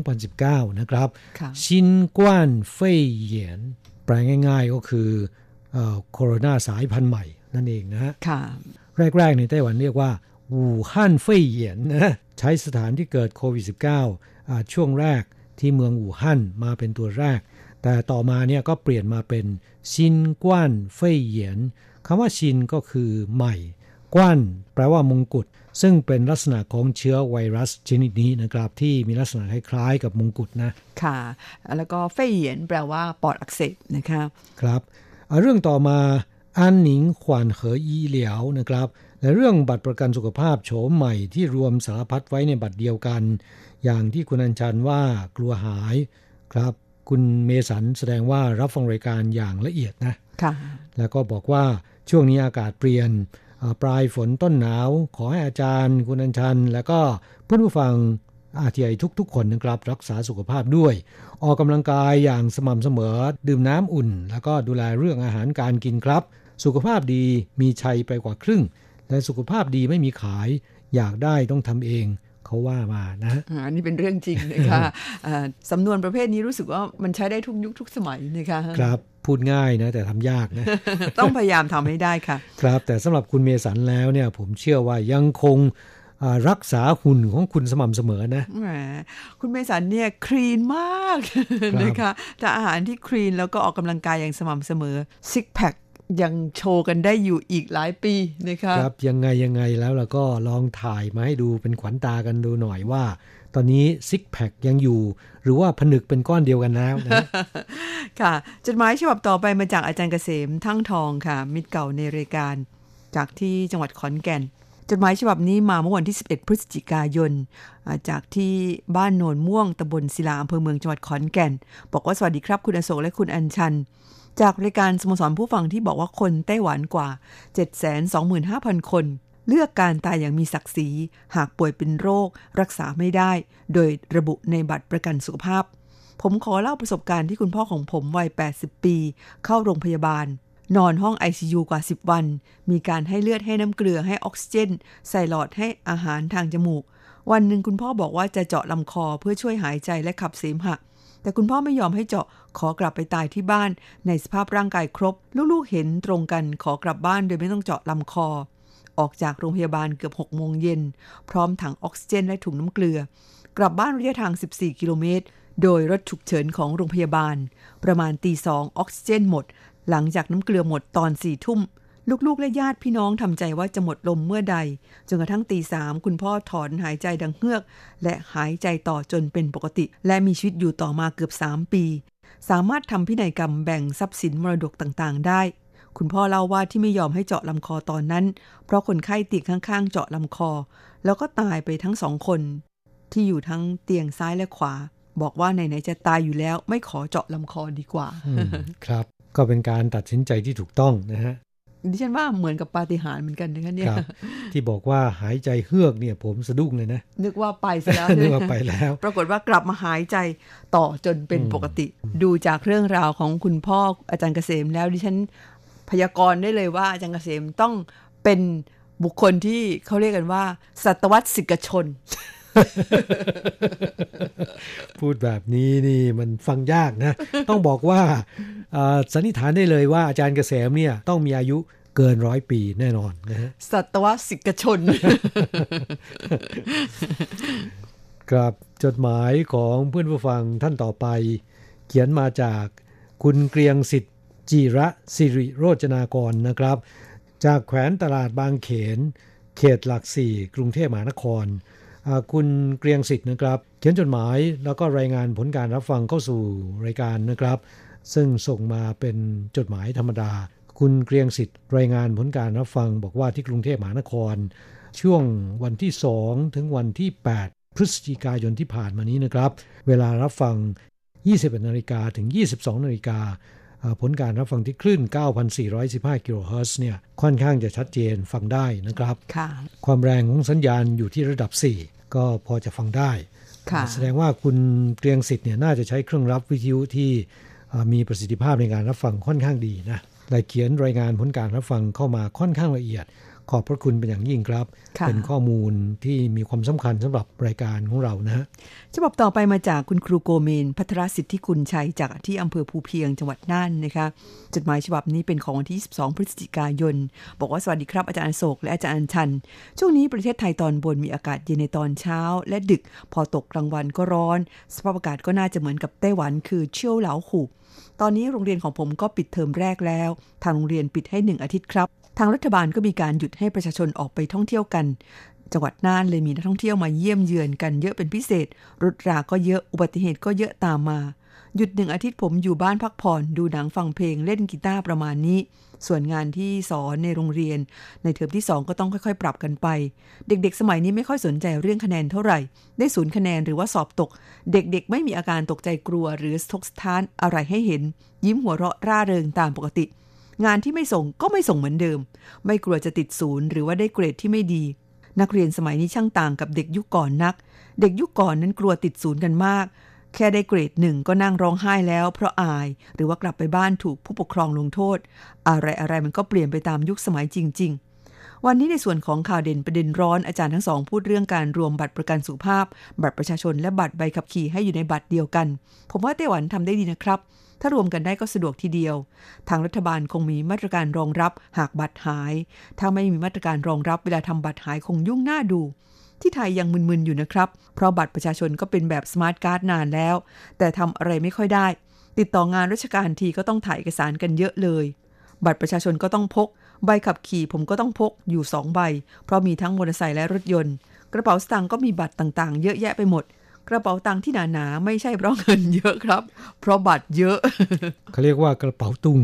2019 นะครับชินกว้านเฟ่ยเหยียนแปลง่ายๆก็คือโคโรนาสายพันธุ์ใหม่นั่นเองนะฮะแรกๆในไต้หวันเรียกว่าอู่ฮั่นเฟ่ยเหยียนนะใช้สถานที่เกิดโควิด -19 ช่วงแรกที่เมืองอู่ฮั่นมาเป็นตัวแรกแต่ต่อมาเนี่ยก็เปลี่ยนมาเป็นชินกว้านเฟ่ยเหยียนคำว่าชินก็คือใหม่กว้านแปลว่ามงกุฎซึ่งเป็นลักษณะของเชื้อไวรัสชนิดนี้นะครับที่มีลักษณะคล้ายๆกับมงกุฎนะค่ะแล้วก็เฟ่ยเหยียนแปลว่าปอดอักเสบนะคะครับเรื่องต่อมาอันหนิงขวานเหออีเหลียวนะครับและเรื่องบัตรประกันสุขภาพโฉมใหม่ที่รวมสารพัดไว้ในบัตรเดียวกันอย่างที่คุณอัญชันว่ากลัวหายครับคุณเมสันแสดงว่ารับฟังรายการอย่างละเอียดนะค่ะแล้วก็บอกว่าช่วงนี้อากาศเปลี่ยนปลายฝนต้นหนาวขอให้อาจารย์คุณอัญชันแล้วก็ผู้ฟังRTIทุกๆคนนะครับรักษาสุขภาพด้วยออกกำลังกายอย่างสม่ำเสมอดื่มน้ำอุ่นแล้วก็ดูแลเรื่องอาหารการกินครับสุขภาพดีมีชัยไปกว่าครึ่งและสุขภาพดีไม่มีขายอยากได้ต้องทำเองเขาว่ามานะอันนี้เป็นเรื่องจริงนะคะสำนวนประเภทนี้รู้สึกว่ามันใช้ได้ทุกยุคทุกสมัยนะคะครับพูดง่ายนะแต่ทำยากนะต้องพยายามทำให้ได้ค่ะครับแต่สำหรับคุณเมสันแล้วเนี่ยผมเชื่อว่ายังคงรักษาหุ่นของคุณสม่ำเสมอนะแหมคุณเมสันเนี่ยคลีนมากนะคะแต่อาหารที่คลีนแล้วก็ออกกำลังกายอย่างสม่ำเสมอซิกแพคยังโชว์กันได้อยู่อีกหลายปีนะคะครับยังไงแล้วเราก็ลองถ่ายมาให้ดูเป็นขวัญตากันดูหน่อยว่าตอนนี้ซิกแพคยังอยู่หรือว่าผนึกเป็นก้อนเดียวกันแล้วนะค่ะจดหมายฉบับต่อไปมาจากอาจารย์เกษมทั้งทองค่ะมิตรเก่าในรายการจากที่จังหวัดขอนแก่นจดหมายฉบับนี้มาเมื่อวันที่11พฤศจิกายนจากที่บ้านโนนม่วงตำบลศิลาอำเภอเมืองจังหวัดขอนแก่นบอกว่าสวัสดีครับคุณอโศกและคุณอัญชันจากรายการสโมสรผู้ฟังที่บอกว่าคนไต้หวันกว่า 725,000 คนเลือกการตายอย่างมีศักดิ์ศรีหากป่วยเป็นโรครักษาไม่ได้โดยระบุในบัตรประกันสุขภาพผมขอเล่าประสบการณ์ที่คุณพ่อของผมวัย80ปีเข้าโรงพยาบาลนอนห้อง ICU กว่า10วันมีการให้เลือดให้น้ำเกลือให้ออกซิเจนใส่หลอดให้อาหารทางจมูกวันหนึ่งคุณพ่อบอกว่าจะเจาะลำคอเพื่อช่วยหายใจและขับเสมหะแต่คุณพ่อไม่ยอมให้เจาะขอกลับไปตายที่บ้านในสภาพร่างกายครบลูกๆเห็นตรงกันขอกลับบ้านโดยไม่ต้องเจาะลำคอออกจากโรงพยาบาลเกือบ 6 โมงเย็นพร้อมถังออกซิเจนและถุงน้ำเกลือกลับบ้านระยะทาง14กิโลเมตรโดยรถฉุกเฉินของโรงพยาบาลประมาณ 2:00 นออกซิเจนหมดหลังจากน้ำเกลือหมดตอน 4 ทุ่มลูกๆและญาติพี่น้องทำใจว่าจะหมดลมเมื่อใดจนกระทั่ง 3:00 นคุณพ่อถอนหายใจดังเฮือกและหายใจต่อจนเป็นปกติและมีชีวิตอยู่ต่อมาเกือบ3ปีสามารถทำพินัยกรรมแบ่งทรัพย์สินมรดกต่างๆได้คุณพ่อเล่าว่าที่ไม่ยอมให้เจาะลำคอตอนนั้นเพราะคนไข้เตียงข้างๆเจาะลำคอแล้วก็ตายไปทั้ง2คนที่อยู่ทั้งเตียงซ้ายและขวาบอกว่าไหนๆจะตายอยู่แล้วไม่ขอเจาะลำคอดีกว่าครับก็เป็นการตัดสินใจที่ถูกต้องนะฮะดิฉันว่าเหมือนกับปาฏิหาริย์เหมือนกันนะคะเนี่ยที่บอกว่าหายใจเฮือกเนี่ยผมสะดุ้งเลยนะนึกว่าไปซะแล้วนึกว่าไปแล้วปรากฏว่ากลับมาหายใจต่อจนเป็นปกติดูจากเรื่องราวของคุณพ่ออาจารย์เกษมแล้วดิฉันพยากรณ์ได้เลยว่าอาจารย์เกษมต้องเป็นบุคคลที่เขาเรียกกันว่าศตวรรษศิกชนพูดแบบนี้นี่มันฟังยากนะ ต้องบอกว่าสันนิษฐานได้เลยว่าอาจารย์เกษมเนี่ยต้องมีอายุเกิน100 ปีแน่นอนนะฮะศตวรรษศิกชนครับจดหมายของเพื่อนผู้ฟังท่านต่อไปเขียนมาจากคุณเกรียงสิทธิ์จิระสิริโรจนากรนะครับจากแขวงตลาดบางเขนเขตหลัก4กรุงเทพมหานครคุณเกรียงสิทธิ์นะครับเขียนจดหมายแล้วก็รายงานผลการรับฟังเข้าสู่รายการนะครับซึ่งส่งมาเป็นจดหมายธรรมดาคุณเกรียงสิทธิ์รายงานผลการรับฟังบอกว่าที่กรุงเทพมหานครช่วงวันที่2ถึงวันที่8พฤศจิกายนที่ผ่านมานี้นะครับเวลารับฟัง 21:00 นถึง 22:00 นผลการรับฟังที่คลื่น 9,415 กิโลเฮิรตซ์เนี่ยค่อนข้างจะชัดเจนฟังได้นะครับความแรงของสัญญาณอยู่ที่ระดับ4ก็พอจะฟังได้แสดงว่าคุณเกรียงสิทธิ์เนี่ยน่าจะใช้เครื่องรับวิทยุที่มีประสิทธิภาพในการรับฟังค่อนข้างดีนะและเขียนรายงานผลการรับฟังเข้ามาค่อนข้างละเอียดขอบพระคุณเป็นอย่างยิ่งครับเป็นข้อมูลที่มีความสำคัญสำหรับรายการของเรานะฮะฉบับต่อไปมาจากคุณครูโกเมนภัทรสิทธิคุณชัยจากที่อำเภอภูเพียงจังหวัดน่านนะคะจดหมายฉบับนี้เป็นของวันที่22พฤศจิกายนบอกว่าสวัสดีครับอาจารย์โศกและอาจารย์ชันช่วงนี้ประเทศไทยตอนบนมีอากาศเย็นในตอนเช้าและดึกพอตกกลางวันก็ร้อนสภาพอากาศก็น่าจะเหมือนกับไต้หวันคือเชี่ยวเหลาขู่ตอนนี้โรงเรียนของผมก็ปิดเทอมแรกแล้วทางโรงเรียนปิดให้1อาทิตย์ครับทางรัฐบาลก็มีการหยุดให้ประชาชนออกไปท่องเที่ยวกันจังหวัดน่านเลยมีนักท่องเที่ยวมาเยี่ยมเยือนกันเยอะเป็นพิเศษรถราก็เยอะอุบัติเหตุก็เยอะตามมาหยุด1อาทิตย์ผมอยู่บ้านพักผ่อนดูหนังฟังเพลงเล่นกีตาร์ประมาณนี้ส่วนงานที่สอนในโรงเรียนในเทอมที่2ก็ต้องค่อยๆปรับกันไปเด็กๆสมัยนี้ไม่ค่อยสนใจเรื่องคะแนนเท่าไหร่ได้0คะแนนหรือว่าสอบตกเด็กๆไม่มีอาการตกใจกลัวหรือสะทกสะท้านอะไรให้เห็นยิ้มหัวเราะร่าเริงตามปกติงานที่ไม่ส่งก็ไม่ส่งเหมือนเดิมไม่กลัวจะติด0หรือว่าได้เกรดที่ไม่ดีนักเรียนสมัยนี้ช่างต่างกับเด็กยุคก่อนนักเด็กยุคก่อนนั้นกลัวติด0กันมากแค่ได้เกรด1ก็นั่งร้องไห้แล้วเพราะอายหรือว่ากลับไปบ้านถูกผู้ปกครองลงโทษอะไรมันก็เปลี่ยนไปตามยุคสมัยจริงๆวันนี้ในส่วนของข่าวเด่นประเด็นร้อนอาจารย์ทั้งสองพูดเรื่องการรวมบัตรประกันสุขภาพบัตรประชาชนและบัตรใบขับขี่ให้อยู่ในบัตรเดียวกันผมว่าไต้หวันทำได้ดีนะครับถ้ารวมกันได้ก็สะดวกทีเดียวทางรัฐบาลคงมีมาตรการรองรับหากบัตรหายถ้าไม่มีมาตรการรองรับเวลาทำบัตรหายคงยุ่งน่าดูที่ไทยยังมึนๆอยู่นะครับเพราะบัตรประชาชนก็เป็นแบบสมาร์ทการ์ดนานแล้วแต่ทำอะไรไม่ค่อยได้ติดต่องานราชการทีก็ต้องถ่ายเอกสารกันเยอะเลยบัตรประชาชนก็ต้องพกใบขับขี่ผมก็ต้องพกอยู่2ใบเพราะมีทั้งมอเตอร์ไซค์และรถยนต์กระเป๋าสตางค์ก็มีบัตรต่างๆเยอะแยะไปหมดกระเป๋าตังค์ที่หนาๆไม่ใช่เพราะเงินเยอะครับเพราะบัตรเยอะเขาเรียกว่ากระเป๋าตุง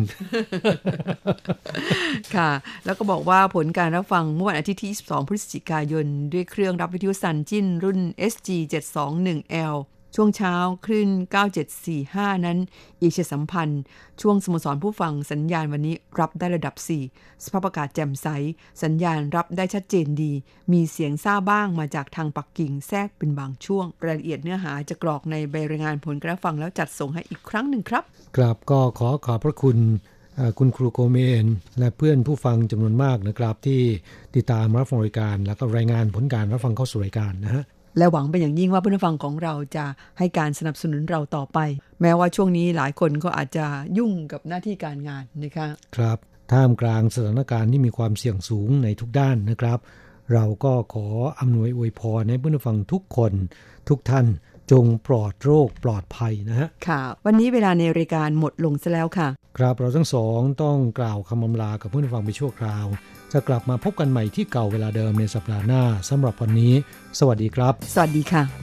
ค่ะแล้วก็บอกว่าผลการรับฟังเมื่อวันอาทิตย์ที่22พฤศจิกายนด้วยเครื่องรับวิทยุซันจินรุ่น SG721L ช่วงเช้าคลื่น9745นั้นเอเชียสัมพันธ์ช่วงสโมสรผู้ฟังสัญญาณวันนี้รับได้ระดับ4สภาพอากาศแจ่มใสสัญญาณรับได้ชัดเจนดีมีเสียงซ่าบ้างมาจากทางปักกิ่งแทรกเป็นบางช่วงรายละเอียดเนื้อหาจะกรอกในใบรายงานผลการฟังแล้วจัดส่งให้อีกครั้งหนึ่งครับครับก็ขอบพระคุณคุณครูโกเมนและเพื่อนผู้ฟังจำนวนมากนะครับที่ติดตามรับฟังรายการแล้วก็รายงานผลการรับฟังเข้าสู่รายการนะฮะและหวังเป็นอย่างยิ่งว่าผู้ฟังของเราจะให้การสนับสนุนเราต่อไปแม้ว่าช่วงนี้หลายคนก็อาจจะยุ่งกับหน้าที่การงานนะคะครับท่ามกลางสถานการณ์ที่มีความเสี่ยงสูงในทุกด้านนะครับเราก็ขออำนวยอวยพรให้ผู้ฟังทุกคนทุกท่านจงปลอดโรคปลอดภัยนะฮะค่ะวันนี้เวลาในรายการหมดลงซะแล้วค่ะครับเราทั้งสองต้องกล่าวคำอำลากับผู้ฟังไปชั่วคราวจะกลับมาพบกันใหม่ที่เก่าเวลาเดิมในสัปดาห์หน้าสำหรับวันนี้สวัสดีครับสวัสดีค่ะ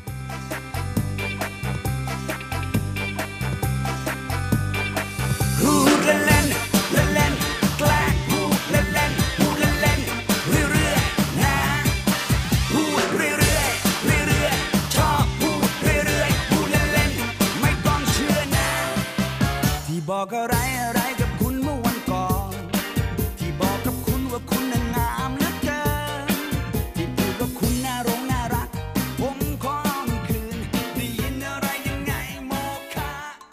บอกอะไรกับคุณเมื่อวันก่อนที่บอกกับคุณว่าคุณน่ะงามเหลือเกินที่พูดว่าคุณน่ารักผมขอคืนได้ยินอะไรยังไงโมฆะ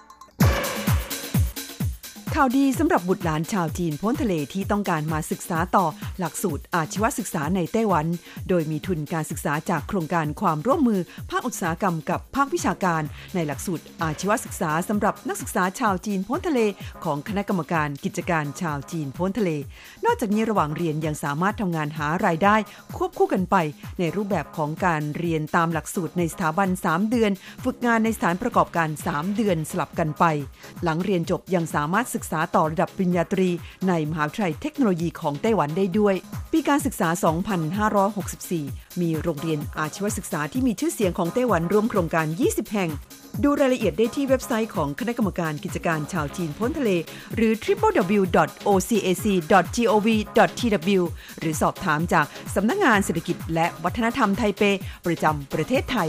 ข่าวดีสำหรับบุตรหลานชาวจีนพ้นทะเลที่ต้องการมาศึกษาต่อหลักสูตรอาชีวศึกษาในไต้หวันโดยมีทุนการศึกษาจากโครงการความร่วมมือภาคอุตสาหกรรมกับภาควิชาการในหลักสูตรอาชีวศึกษาสำหรับนักศึกษาชาวจีนพ้นทะเลของคณะกรรมการกิจการชาวจีนพ้นทะเลนอกจากนี้ระหว่างเรียนยังสามารถทำงานหารายได้ควบคู่กันไปในรูปแบบของการเรียนตามหลักสูตรในสถาบัน3เดือนฝึกงานในสถานประกอบการ3เดือนสลับกันไปหลังเรียนจบยังสามารถศึกษาต่อระดับปริญญาตรีในมหาวิทยาลัยเทคโนโลยีของไต้หวันได้ด้วยด้วยปีการศึกษา 2564 มีโรงเรียนอาชีวศึกษาที่มีชื่อเสียงของไต้หวันร่วมโครงการ 20 แห่งดูรายละเอียดได้ที่เว็บไซต์ของคณะกรรมการกิจการชาวจีนพ้นทะเลหรือ www.ocac.gov.tw หรือสอบถามจากสำนักงานเศรษฐกิจและวัฒนธรรมไทเปประจำประเทศไทย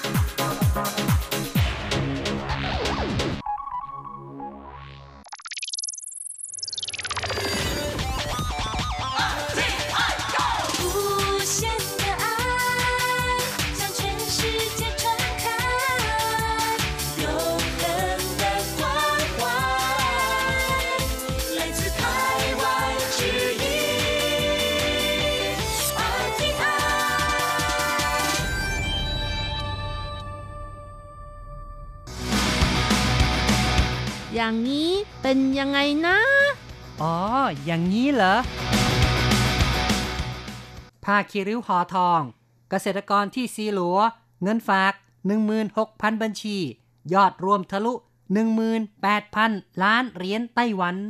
อย่างนี้เป็นยังไงนะอ๋ออย่างนี้เหรอผ้าคีริ้วห่อทองเกษตรกรที่ซีหลัวเงินฝาก 16,000 บัญชียอดรวมทะลุ 18,000 ล้านเหรียญไต้หวัน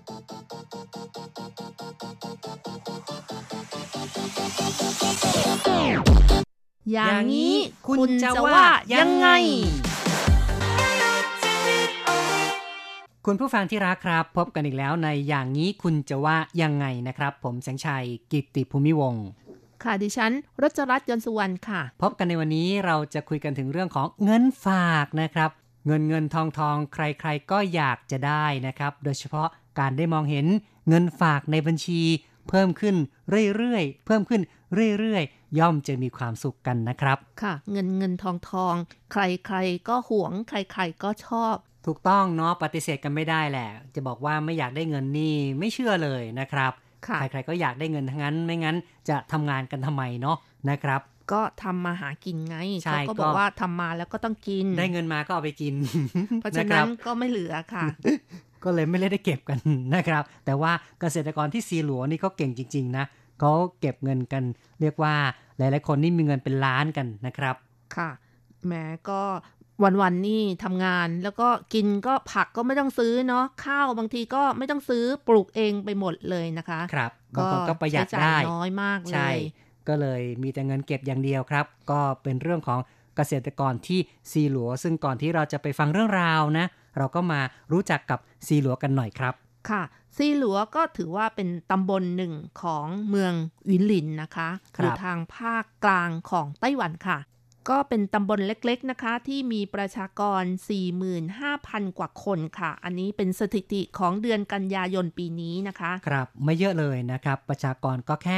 อย่างนี้คุณจะว่ายังไงคุณผู้ฟังที่รักครับพบกันอีกแล้วในอย่างนี้คุณจะว่ายังไงนะครับผมแสงชัยกิตติภูมิวงศ์ค่ะดิฉันรัชรัตน์ยนต์สุวรรณค่ะพบกันในวันนี้เราจะคุยกันถึงเรื่องของเงินฝากนะครับเงินทองใครๆก็อยากจะได้นะครับโดยเฉพาะการได้มองเห็นเงินฝากในบัญชีเพิ่มขึ้นเรื่อยๆย่อมจะมีความสุขกันนะครับค่ะเงินทองใครๆก็หวงใครๆก็ชอบถูกต้องเนาะปฏิเสธกันไม่ได้แหละจะบอกว่าไม่อยากได้เงินนี่ไม่เชื่อเลยนะครับใครๆก็อยากได้เงินทั้งนั้นไม่งั้นจะทำงานกันทำไมเนาะนะครับก็ทำมาหากินไงเขาก็บอกว่าทำมาแล้วก็ต้องกินได้เงินมาก็เอาไปกินเพราะฉะนั้นก็ไม่เหลือค่ะก็เลยไม่ได้เก็บกันนะครับแต่ว่าเกษตรกรที่ซีหลัวนี่เขาเก่งจริงๆนะเขาเก็บเงินกันเรียกว่าหลายๆคนนี่มีเงินเป็นล้านกันนะครับค่ะแม้ก็วันๆนี่ทำงานแล้วก็กินก็ผักก็ไม่ต้องซื้อเนาะข้าวบางทีก็ไม่ต้องซื้อปลูกเองไปหมดเลยนะคะครับก็ประหยัดได้น้อยมากเลยใช่ก็เลยมีแต่เงินเก็บอย่างเดียวครับก็เป็นเรื่องของเกษตรกรที่ซีหลัวซึ่งก่อนที่เราจะไปฟังเรื่องราวนะเราก็มารู้จักกับซีหลัวกันหน่อยครับค่ะซีหลัวก็ถือว่าเป็นตำบลหนึ่งของเมืองหวินหลินนะคะอยู่ทางภาคกลางของไต้หวันค่ะก็เป็นตำบลเล็กๆนะคะที่มีประชากร 45,000 กว่าคนค่ะอันนี้เป็นสถิติของเดือนกันยายนปีนี้นะคะครับไม่เยอะเลยนะครับประชากรก็แค่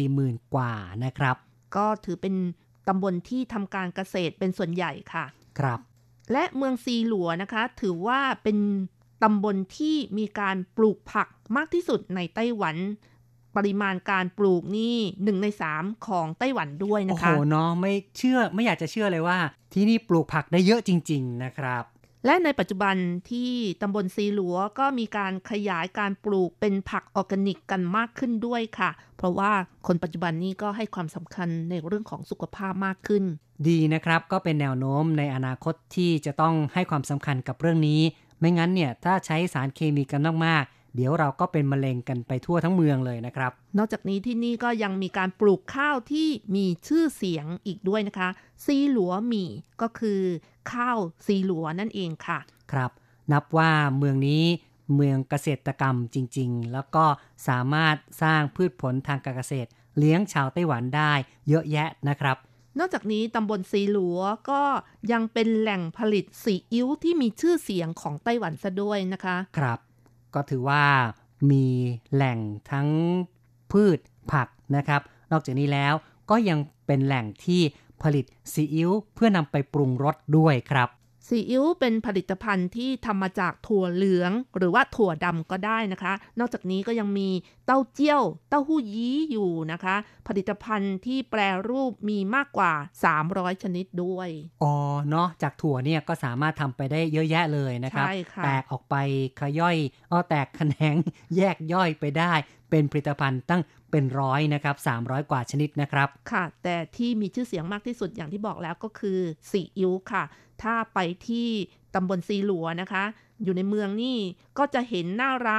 40,000 กว่านะครับก็ถือเป็นตำบลที่ทำการเกษตรเป็นส่วนใหญ่ค่ะครับและเมืองซีหลัวนะคะถือว่าเป็นตำบลที่มีการปลูกผักมากที่สุดในไต้หวันปริมาณการปลูกนี่1 ใน 3ของไต้หวันด้วยนะคะโอ้โหเนาะไม่อยากจะเชื่อเลยว่าที่นี่ปลูกผักได้เยอะจริงๆนะครับและในปัจจุบันที่ตำบลซีหลัวก็มีการขยายการปลูกเป็นผักออร์แกนิกกันมากขึ้นด้วยค่ะเพราะว่าคนปัจจุบันนี้ก็ให้ความสำคัญในเรื่องของสุขภาพมากขึ้นดีนะครับก็เป็นแนวโน้มในอนาคตที่จะต้องให้ความสำคัญกับเรื่องนี้ไม่งั้นเนี่ยถ้าใช้สารเคมีกันมากๆเดี๋ยวเราก็เป็นมะเร็งกันไปทั่วทั้งเมืองเลยนะครับนอกจากนี้ที่นี่ก็ยังมีการปลูกข้าวที่มีชื่อเสียงอีกด้วยนะคะซีหลัวหมี่ก็คือข้าวซีหลัวนั่นเองค่ะครับนับว่าเมืองนี้เมืองเกษตรกรรมจริงๆแล้วก็สามารถสร้างพืชผลทางการเกษตรเลี้ยงชาวไต้หวันได้เยอะแยะนะครับนอกจากนี้ตำบลซีหลัวก็ยังเป็นแหล่งผลิตซีอิ๊วที่มีชื่อเสียงของไต้หวันซะด้วยนะคะครับก็ถือว่ามีแหล่งทั้งพืชผักนะครับนอกจากนี้แล้วก็ยังเป็นแหล่งที่ผลิตซีอิ๊วเพื่อนำไปปรุงรสด้วยครับซีอิ๊วเป็นผลิตภัณฑ์ที่ทำมาจากถั่วเหลืองหรือว่าถั่วดำก็ได้นะคะนอกจากนี้ก็ยังมีเต้าเจี้ยวเต้าหู้ยี้อยู่นะคะผลิตภัณฑ์ที่แปรรูปมีมากกว่า300ชนิดด้วยอ๋อเนาะจากถั่วเนี่ยก็สามารถทำไปได้เยอะแยะเลยนะครับแตกออกไปขย่อยแตกแขนงแยกย่อยไปได้เป็นผลิตภัณฑ์ตั้งเป็นร้อยนะครับ300กว่าชนิดนะครับค่ะแต่ที่มีชื่อเสียงมากที่สุดอย่างที่บอกแล้วก็คือซีอิ๊วค่ะถ้าไปที่ตำบลซีหลัวนะคะอยู่ในเมืองนี่ก็จะเห็นหน้าร้าน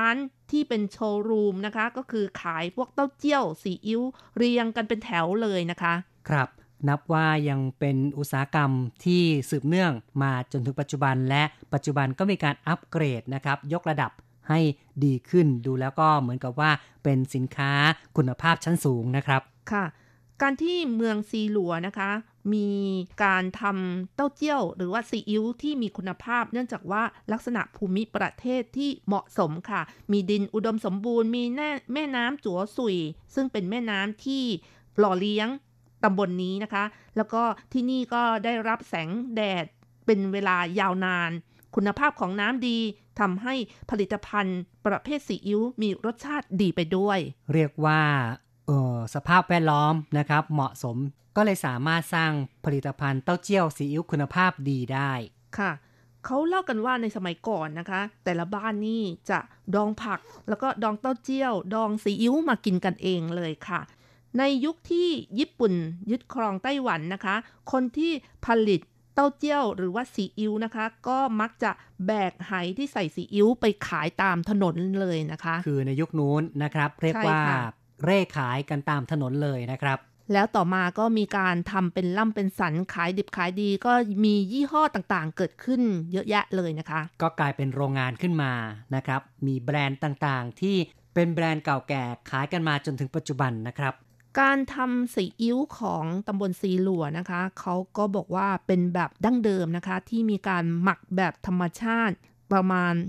ที่เป็นโชว์รูมนะคะก็คือขายพวกเต้าเจี้ยวซีอิ๊วเรียงกันเป็นแถวเลยนะคะครับนับว่ายังเป็นอุตสาหกรรมที่สืบเนื่องมาจนถึงปัจจุบันและปัจจุบันก็มีการอัปเกรดนะครับยกระดับให้ดีขึ้นดูแล้วก็เหมือนกับว่าเป็นสินค้าคุณภาพชั้นสูงนะครับค่ะการที่เมืองซีหลัวนะคะมีการทำเต้าเจี้ยวหรือว่าซีอิ๊วที่มีคุณภาพเนื่องจากว่าลักษณะภูมิประเทศที่เหมาะสมค่ะมีดินอุดมสมบูรณ์มีแม่น้ำจั๋วสุยซึ่งเป็นแม่น้ำที่หล่อเลี้ยงตำบลนี้นะคะแล้วก็ที่นี่ก็ได้รับแสงแดดเป็นเวลายาวนานคุณภาพของน้ำดีทำให้ผลิตภัณฑ์ประเภทซีอิ๊วมีรสชาติดีไปด้วยเรียกว่าสภาพแวดล้อมนะครับเหมาะสมก็เลยสามารถสร้างผลิตภัณฑ์เต้าเจี้ยวซีอิ๊วคุณภาพดีได้ค่ะเขาเล่ากันว่าในสมัยก่อนนะคะแต่ละบ้านนี่จะดองผักแล้วก็ดองเต้าเจี้ยวดองซีอิ๊วมากินกันเองเลยค่ะในยุคที่ญี่ปุ่นยึดครองไต้หวันนะคะคนที่ผลิตเต้าเจี้ยวหรือว่าซีอิ๊วนะคะก็มักจะแบกไหที่ใส่ซีอิ๊วไปขายตามถนนเลยนะคะคือในยุคนู้นนะครับเรียกว่าเร่ขายกันตามถนนเลยนะครับแล้วต่อมาก็มีการทำเป็นล่ำเป็นสันขายดิบขายดีก็มียี่ห้อต่างๆเกิดขึ้นเยอะแยะเลยนะคะก็กลายเป็นโรงงานขึ้นมานะครับมีแบรนด์ต่างๆที่เป็นแบรนด์เก่าแก่ขายกันมาจนถึงปัจจุบันนะครับการทำซีอิ๊วของตำบลซีหลัวนะคะเขาก็บอกว่าเป็นแบบดั้งเดิมนะคะที่มีการหมักแบบธรรมชาติประมาณ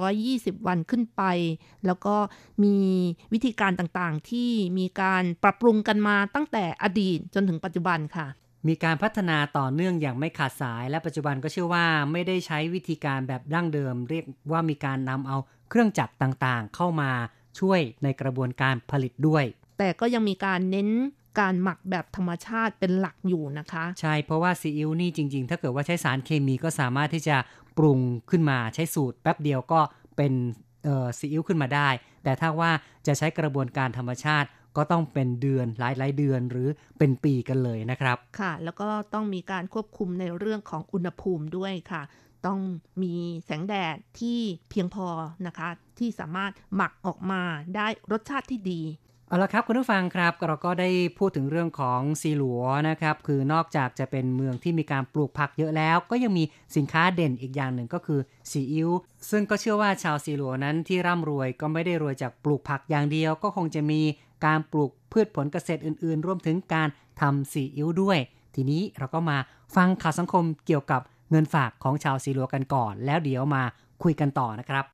120วันขึ้นไปแล้วก็มีวิธีการต่างๆที่มีการปรับปรุงกันมาตั้งแต่อดีตจนถึงปัจจุบันค่ะมีการพัฒนาต่อเนื่องอย่างไม่ขาดสายและปัจจุบันก็เชื่อว่าไม่ได้ใช้วิธีการแบบดั้งเดิมเรียกว่ามีการนำเอาเครื่องจักรต่างๆเข้ามาช่วยในกระบวนการผลิตด้วยแต่ก็ยังมีการเน้นการหมักแบบธรรมชาติเป็นหลักอยู่นะคะใช่เพราะว่าซีอิ๊วนี่จริงๆถ้าเกิดว่าใช้สารเคมีก็สามารถที่จะปรุงขึ้นมาใช้สูตรแป๊บเดียวก็เป็นซีอิ๊วขึ้นมาได้แต่ถ้าว่าจะใช้กระบวนการธรรมชาติก็ต้องเป็นเดือนหลายๆเดือนหรือเป็นปีกันเลยนะครับค่ะแล้วก็ต้องมีการควบคุมในเรื่องของอุณหภูมิด้วยค่ะต้องมีแสงแดดที่เพียงพอนะคะที่สามารถหมักออกมาได้รสชาติที่ดีเอาละครับคุณผู้ฟังครับเราก็ได้พูดถึงเรื่องของซีหลัวนะครับคือนอกจากจะเป็นเมืองที่มีการปลูกผักเยอะแล้วก็ยังมีสินค้าเด่นอีกอย่างหนึ่งก็คือซีอิ๊วซึ่งก็เชื่อว่าชาวซีหลัวนั้นที่ร่ำรวยก็ไม่ได้รวยจากปลูกผักอย่างเดียวก็คงจะมีการปลูกพืชผลเกษตรอื่นๆรวมถึงการทำซีอิ๊วด้วยทีนี้เราก็มาฟังข่าวสังคมเกี่ยวกับเงินฝากของชาวซีหลัวกันก่อนแล้วเดี๋ยวมาคุยกันต่อนะครับ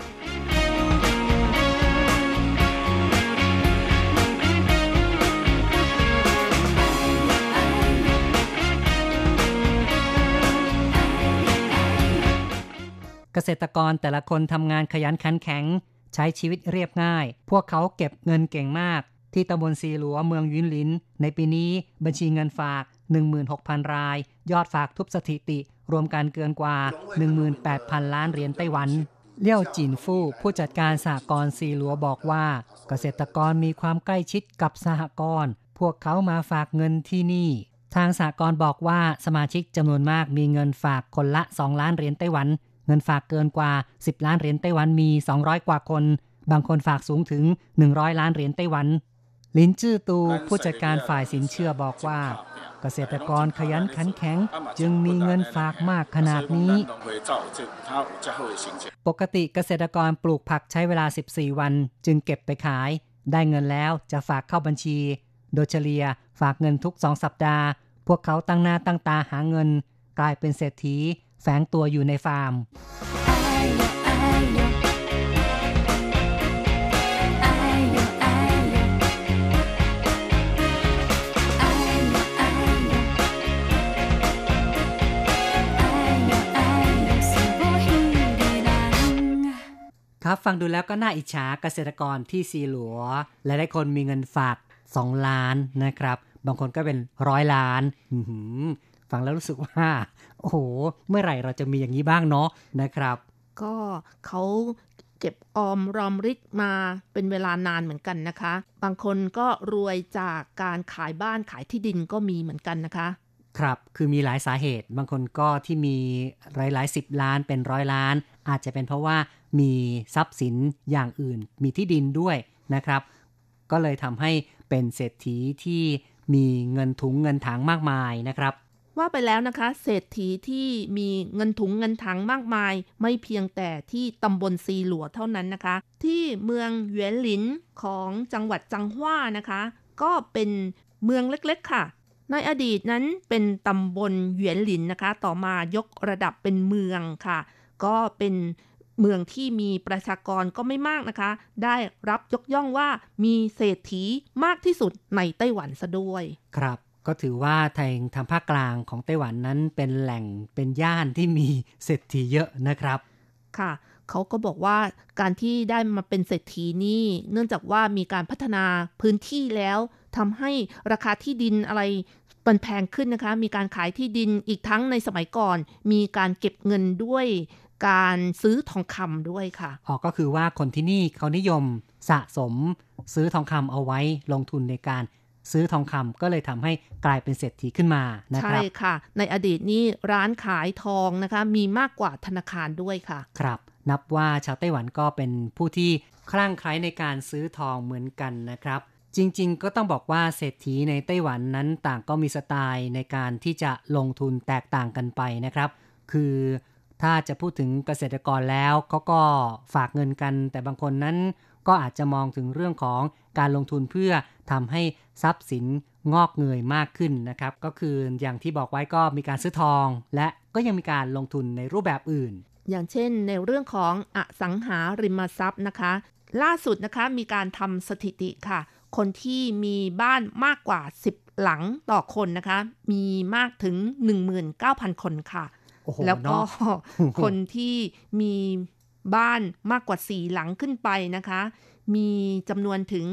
เกษตรกรแต่ละคนทำงานขยันขันแข็งใช้ชีวิตเรียบง่ายพวกเขาเก็บเงินเก่งมากที่ตำบลซีหลัวเมืองยินหลินในปีนี้บัญชีเงินฝาก 16,000 รายยอดฝากทุบสถิติรวมกันเกินกว่า 18,000 ล้านเหรียญไต้หวันเลี่ยวจินฟู่ผู้จัดการสหกรณ์ซีหลัวบอกว่าเกษตรกรมีความใกล้ชิดกับสหกรณ์พวกเขามาฝากเงินที่นี่ทางสหกรณ์บอกว่าสมาชิกจำนวนมากมีเงินฝากคนละ2ล้านเหรียญไต้หวันเงินฝากเกินกว่า10ล้านเหรียญไต้หวันมี200กว่าคนบางคนฝากสูงถึง100ล้านเหรียญไต้หวันลินจื้อตูผู้จัดการฝ่ายสินเชื่อบอกว่าเกษตรกรขยันขันแข็งจึงมีเงินฝากมากขนาดนี้ปกติเกษตรกรปลูกผักใช้เวลา14วันจึงเก็บไปขายได้เงินแล้วจะฝากเข้าบัญชีโดยเฉลี่ยฝากเงินทุก2สัปดาห์พวกเขาตั้งหน้าตั้งตาหาเงินกลายเป็นเศรษฐีแฝงตัวอยู่ในฟาร์มครับฟังดูแล้วก็น่าอิจฉาเกษตรกรที่ซีหลัวและได้คนมีเงินฝาก2ล้านนะครับบางคนก็เป็น100ล้านฟังแล้วรู้สึกว่าโอ้โหเมื่อไหร่เราจะมีอย่างนี้บ้างเนาะนะครับก็เขาเก็บออมรอมริบมาเป็นเวลานานเหมือนกันนะคะบางคนก็รวยจากการขายบ้านขายที่ดินก็มีเหมือนกันนะคะครับคือมีหลายสาเหตุบางคนก็ที่มีหลายๆ10ล้านเป็น100ล้านอาจจะเป็นเพราะว่ามีทรัพย์สินอย่างอื่นมีที่ดินด้วยนะครับก็เลยทำให้เป็นเศรษฐีที่มีเงินถุงเงินถังมากมายนะครับว่าไปแล้วนะคะเศรษฐีที่มีเงินถุงเงินถังมากมายไม่เพียงแต่ที่ตำบลซีหลัวเท่านั้นนะคะที่เมืองเหวียนหลินของจังหวัดจังหว้านะคะก็เป็นเมืองเล็กๆค่ะในอดีตนั้นเป็นตำบลเหวียนหลินนะคะต่อมายกระดับเป็นเมืองค่ะก็เป็นเมืองที่มีประชากรก็ไม่มากนะคะได้รับยกย่องว่ามีเศรษฐีมากที่สุดในไต้หวันซะด้วยครับก็ถือว่าทางภาคกลางของไต้หวันนั้นเป็นแหล่งเป็นย่านที่มีเศรษฐีเยอะนะครับค่ะเขาก็บอกว่าการที่ได้มาเป็นเศรษฐีนี่เนื่องจากว่ามีการพัฒนาพื้นที่แล้วทำให้ราคาที่ดินอะไรมันแพงขึ้นนะคะมีการขายที่ดินอีกทั้งในสมัยก่อนมีการเก็บเงินด้วยการซื้อทองคำด้วยค่ะก็คือว่าคนที่นี่เขานิยมสะสมซื้อทองคำเอาไว้ลงทุนในการซื้อทองคำก็เลยทำให้กลายเป็นเศรษฐีขึ้นมานะครับใช่ค่ะในอดีตนี้ร้านขายทองนะคะมีมากกว่าธนาคารด้วยค่ะครับนับว่าชาวไต้หวันก็เป็นผู้ที่คลั่งไคล้ในการซื้อทองเหมือนกันนะครับจริงๆก็ต้องบอกว่าเศรษฐีในไต้หวันนั้นต่างก็มีสไตล์ในการที่จะลงทุนแตกต่างกันไปนะครับคือถ้าจะพูดถึงเกษตรกรแล้วเขาก็ฝากเงินกันแต่บางคนนั้นก็อาจจะมองถึงเรื่องของการลงทุนเพื่อทำให้ทรัพย์สินงอกเงยมากขึ้นนะครับก็คืออย่างที่บอกไว้ก็มีการซื้อทองและก็ยังมีการลงทุนในรูปแบบอื่นอย่างเช่นในเรื่องของอสังหาริมทรัพย์นะคะล่าสุดนะคะมีการทำสถิติค่ะคนที่มีบ้านมากกว่า10หลังต่อคนนะคะมีมากถึง 19,000 คนค่ะแล้วก็คนที่มีบ้านมากกว่า4หลังขึ้นไปนะคะมีจำนวนถึง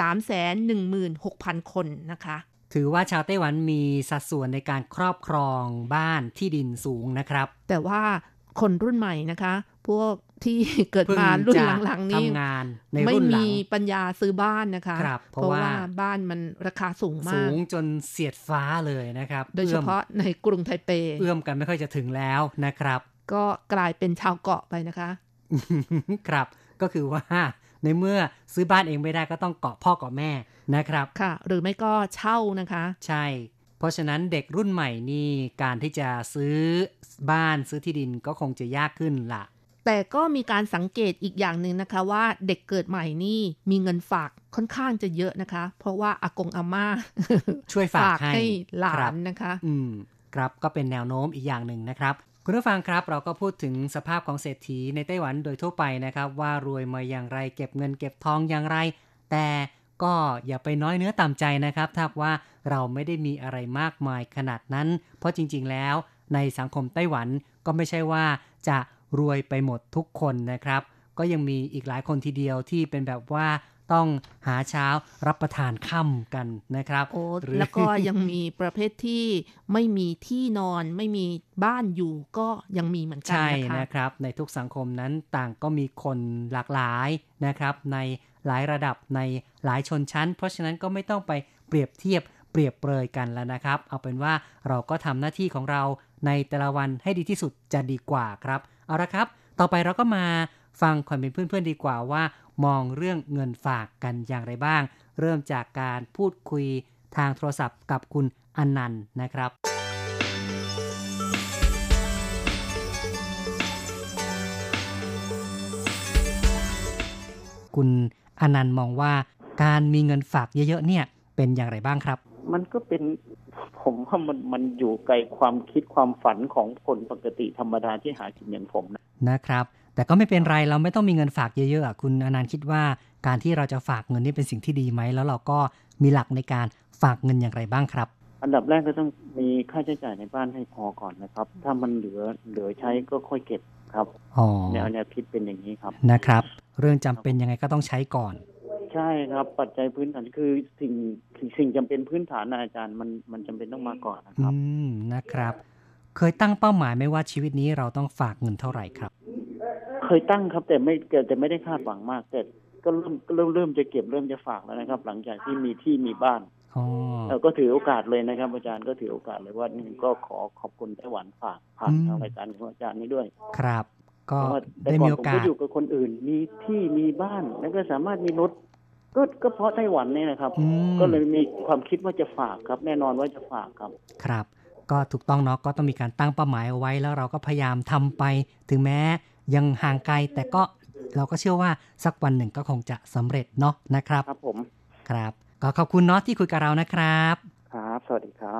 316,000 คนนะคะถือว่าชาวไต้หวันมีสัดส่วนในการครอบครองบ้านที่ดินสูงนะครับแต่ว่าคนรุ่นใหม่นะคะพวกที่เกิดมารุ่นหลังๆนี้ไม่มีปัญญาซื้อบ้านนะคะเพราะว่าบ้านมันราคาสูงมากสูงจนเสียดฟ้าเลยนะครับโดยเฉพาะในกรุงไทเปเอื้อมกันไม่ค่อยจะถึงแล้วนะครับก็กลายเป็นชาวเกาะไปนะคะครับก็คือว่าในเมื่อซื้อบ้านเองไม่ได้ก็ต้องเกาะพ่อเกาะแม่นะครับค่ะหรือไม่ก็เช่านะคะใช่เพราะฉะนั้นเด็กรุ่นใหม่นี่การที่จะซื้อบ้านซื้อที่ดินก็คงจะยากขึ้นล่ะแต่ก็มีการสังเกตอีกอย่างหนึ่งนะคะว่าเด็กเกิดใหม่นี่มีเงินฝากค่อนข้างจะเยอะนะคะเพราะว่าอากงอาม่าช่วยฝากให้หลานนะคะครับก็เป็นแนวโน้มอีกอย่างหนึ่งนะครับคุณผู้ฟังครับเราก็พูดถึงสภาพของเศรษฐีในไต้หวันโดยทั่วไปนะครับว่ารวยมาอย่างไรเก็บเงินเก็บทองอย่างไรแต่ก็อย่าไปน้อยเนื้อต่ำใจนะครับถ้าว่าเราไม่ได้มีอะไรมากมายขนาดนั้นเพราะจริงๆแล้วในสังคมไต้หวันก็ไม่ใช่ว่าจะรวยไปหมดทุกคนนะครับก็ยังมีอีกหลายคนทีเดียวที่เป็นแบบว่าต้องหาเช้ารับประทานค่ำกันนะครับแล้วก็ยังมีประเภทที่ไม่มีที่นอนไม่มีบ้านอยู่ก็ยังมีเหมือนกันนะคะใช่นะครับในทุกสังคมนั้นต่างก็มีคนหลากหลายนะครับในหลายระดับในหลายชนชั้นเพราะฉะนั้นก็ไม่ต้องไปเปรียบเทียบเปรียบเปรยกันแล้วนะครับเอาเป็นว่าเราก็ทำหน้าที่ของเราในแต่ละวันให้ดีที่สุดจะดีกว่าครับเอาละครับต่อไปเราก็มาฟังความเป็นเพื่อนๆดีกว่าว่ามองเรื่องเงินฝากกันอย่างไรบ้างเริ่มจากการพูดคุยทางโทรศัพท์กับคุณอนันต์นะครับคุณอนันต์มองว่าการมีเงินฝากเยอะๆเนี่ยเป็นอย่างไรบ้างครับมันก็เป็นผมว่ามันอยู่ไกลความคิดความฝันของคนปกติธรรมดาที่หากินอย่างผมนะครับแต่ก็ไม่เป็นไรเราไม่ต้องมีเงินฝากเยอะๆคุณอนันต์คิดว่าการที่เราจะฝากเงินนี่เป็นสิ่งที่ดีไหมแล้วเราก็มีหลักในการฝากเงินอย่างไรบ้างครับอันดับแรกก็ต้องมีค่าใช้จ่ายในบ้านให้พอก่อนนะครับถ้ามันเหลือใช้ก็ค่อยเก็บครับแนวคิดเป็นอย่างนี้ครับนะครับเรื่องจำเป็นยังไงก็ต้องใช้ก่อนใช่ครับปัจจัยพื้นฐานคือสิ่งจำเป็นพื้นฐานอาจารย์มันจำเป็นต้องมาก่อนนะครับนะครับเคยตั้งเป้าหมายไหมว่าชีวิตนี้เราต้องฝากเงินเท่าไหร่ครับเคยตั้งครับแต่ไม่ได้คาดหวังมากแต่ก็เริ่มจะเก็บเริ่มจะฝากแล้วนะครับหลังจากที่มีที่มีบ้านก็ถือโอกาสเลยนะครับอาจารย์ก็ถือโอกาสเลยว่านี่ก็ขอขอบคุณไต้หวันฝากผ่านทางรายการของอาจารย์นี้ด้วยครับก็ได้มีโอกาสผมก็อยู่กับคนอื่นมีที่มีบ้านแล้วก็สามารถมีรถก็เพราะไต้หวันนี่นะครับก็เลยมีความคิดว่าจะฝากครับแน่นอนว่าจะฝากครับครับก็ถูกต้องเนาะก็ต้องมีการตั้งเป้าหมายเอาไว้แล้วเราก็พยายามทำไปถึงแม้ยังห่างไกลแต่ก็เราก็เชื่อว่าสักวันหนึ่งก็คงจะสำเร็จเนาะนะครับครับผมครับก็ขอบคุณเนาะที่คุยกับเรานะครับครับสวัสดีครับ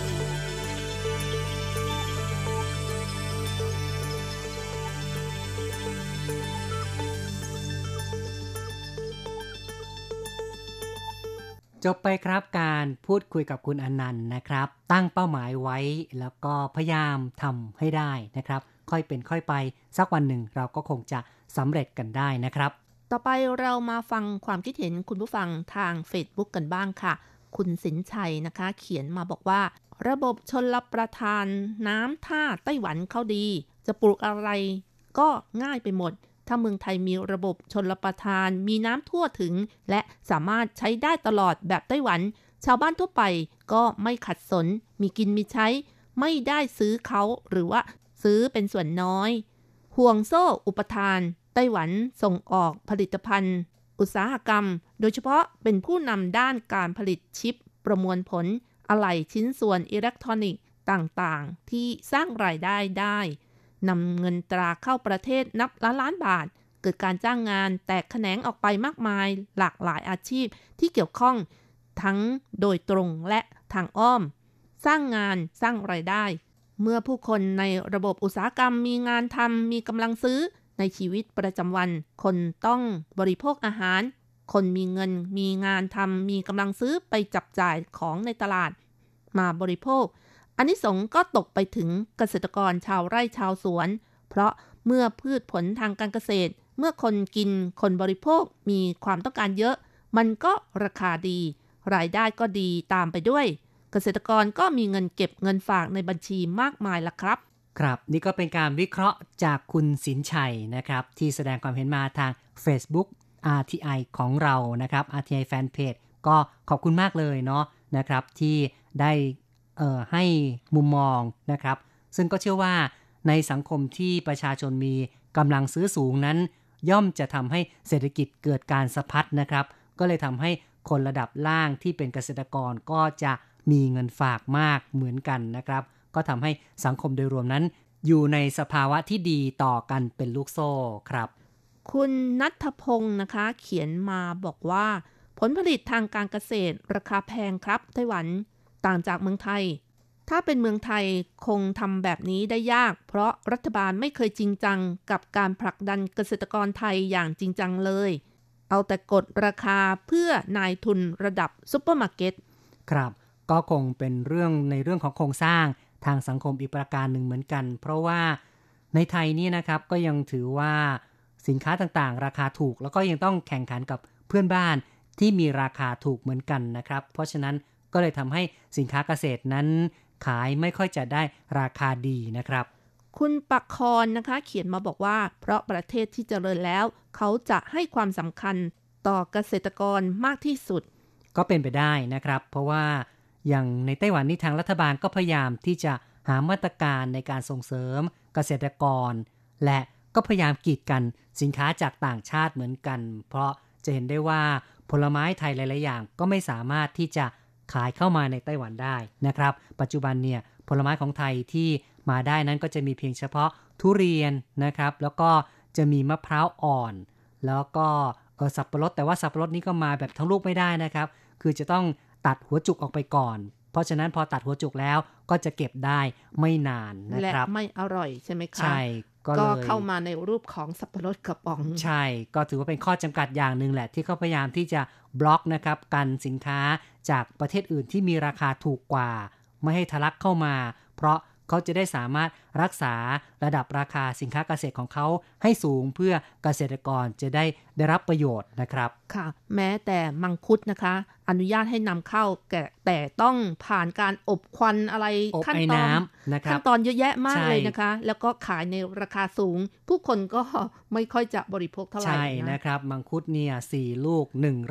จบไปครับการพูดคุยกับคุณอนันต์นะครับตั้งเป้าหมายไว้แล้วก็พยายามทำให้ได้นะครับค่อยเป็นค่อยไปสักวันหนึ่งเราก็คงจะสำเร็จกันได้นะครับต่อไปเรามาฟังความคิดเห็นคุณผู้ฟังทาง Facebook กันบ้างค่ะคุณสินชัยนะคะเขียนมาบอกว่าระบบชลประทานน้ำท่าไต้หวันเขาดีจะปลูกอะไรก็ง่ายไปหมดถ้าเมืองไทยมีระบบชลประทานมีน้ำทั่วถึงและสามารถใช้ได้ตลอดแบบไต้หวันชาวบ้านทั่วไปก็ไม่ขัดสนมีกินมีใช้ไม่ได้ซื้อเขาหรือว่าซื้อเป็นส่วนน้อยห่วงโซ่อุปทานไต้หวันส่งออกผลิตภัณฑ์อุตสาหกรรมโดยเฉพาะเป็นผู้นำด้านการผลิตชิปประมวลผลอะไหล่ชิ้นส่วนอิเล็กทรอนิกส์ต่างๆที่สร้างรายได้นำเงินตราเข้าประเทศนับล้านบาทเกิดการจ้างงานแตกแขนงออกไปมากมายหลากหลายอาชีพที่เกี่ยวข้องทั้งโดยตรงและทางอ้อมสร้างงานสร้างรายได้เมื่อผู้คนในระบบอุตสาหกรรมมีงานทำมีกำลังซื้อในชีวิตประจำวันคนต้องบริโภคอาหารคนมีเงินมีงานทำมีกำลังซื้อไปจับจ่ายของในตลาดมาบริโภคอานิสงส์ก็ตกไปถึงเกษตรกรชาวไร่ชาวสวนเพราะเมื่อพืชผลทางการเกษตรเมื่อคนกินคนบริโภคมีความต้องการเยอะมันก็ราคาดีรายได้ก็ดีตามไปด้วยเกษตรกรก็มีเงินเก็บเงินฝากในบัญชีมากมายล่ะครับครับนี่ก็เป็นการวิเคราะห์จากคุณสินชัยนะครับที่แสดงความเห็นมาทาง Facebook RTI ของเรานะครับ RTI Fanpage ก็ขอบคุณมากเลยเนาะนะครับที่ได้ให้มุมมองนะครับซึ่งก็เชื่อว่าในสังคมที่ประชาชนมีกำลังซื้อสูงนั้นย่อมจะทำให้เศรษฐกิจเกิดการสะพัดนะครับก็เลยทำให้คนระดับล่างที่เป็นเกษตรกรก็จะมีเงินฝากมากเหมือนกันนะครับก็ทำให้สังคมโดยรวมนั้นอยู่ในสภาวะที่ดีต่อกันเป็นลูกโซ่ครับคุณณัฐพงศ์นะคะเขียนมาบอกว่าผลผลิตทางการเกษตรราคาแพงครับไต้หวันต่างจากเมืองไทยถ้าเป็นเมืองไทยคงทำแบบนี้ได้ยากเพราะรัฐบาลไม่เคยจริงจังกับการผลักดันเกษตรกรไทยอย่างจริงจังเลยเอาแต่กดราคาเพื่อนายทุนระดับซุปเปอร์มาร์เก็ตครับก็คงเป็นเรื่องในเรื่องของโครงสร้างทางสังคมอีกประการหนึ่งเหมือนกันเพราะว่าในไทยนี่นะครับก็ยังถือว่าสินค้าต่างๆราคาถูกแล้วก็ยังต้องแข่งขันกับเพื่อนบ้านที่มีราคาถูกเหมือนกันนะครับเพราะฉะนั้นก็เลยทำให้สินค้าเกษตรนั้นขายไม่ค่อยจะได้ราคาดีนะครับคุณปักคอนนะคะเขียนมาบอกว่าเพราะประเทศที่เจริญแล้วเขาจะให้ความสำคัญต่อเกษตรกรมากที่สุดก็เป็นไปได้นะครับเพราะว่าอย่างในไต้หวันนี่ทางรัฐบาลก็พยายามที่จะหามาตรการในการส่งเสริมเกษตรกรและก็พยายามกีดกันสินค้าจากต่างชาติเหมือนกันเพราะจะเห็นได้ว่าผลไม้ไทยหลายๆอย่างก็ไม่สามารถที่จะขายเข้ามาในไต้หวันได้นะครับปัจจุบันเนี่ยผลไม้ของไทยที่มาได้นั้นก็จะมีเพียงเฉพาะทุเรียนนะครับแล้วก็จะมีมะพร้าวอ่อนแล้วก็สับปะรดแต่ว่าสับปะรดนี้ก็มาแบบทั้งลูกไม่ได้นะครับคือจะต้องตัดหัวจุกออกไปก่อนเพราะฉะนั้นพอตัดหัวจุกแล้วก็จะเก็บได้ไม่นานนะครับและไม่อร่อยใช่ไหมคะใช่ก็เข้ามาในรูปของสับปะรดกระป๋องใช่ก็ถือว่าเป็นข้อจำกัดอย่างหนึ่งแหละที่เขาพยายามที่จะบล็อกนะครับกันสินค้าจากประเทศอื่นที่มีราคาถูกกว่าไม่ให้ทะลักเข้ามาเพราะเขาจะได้สามารถรักษาระดับราคาสินค้าเกษตรของเขาให้สูงเพื่อเกษตรกรจะได้รับประโยชน์นะครับค่ะแม้แต่มังคุดนะคะอนุญาตให้นำเข้าแต่ต้องผ่านการอบควันอะไรขั้นตอนเยอะแยะมากเลยนะคะแล้วก็ขายในราคาสูงผู้คนก็ไม่ค่อยจะบริโภคเท่าไหร่ใช่นะครับมังคุดเนี่ย4ลูก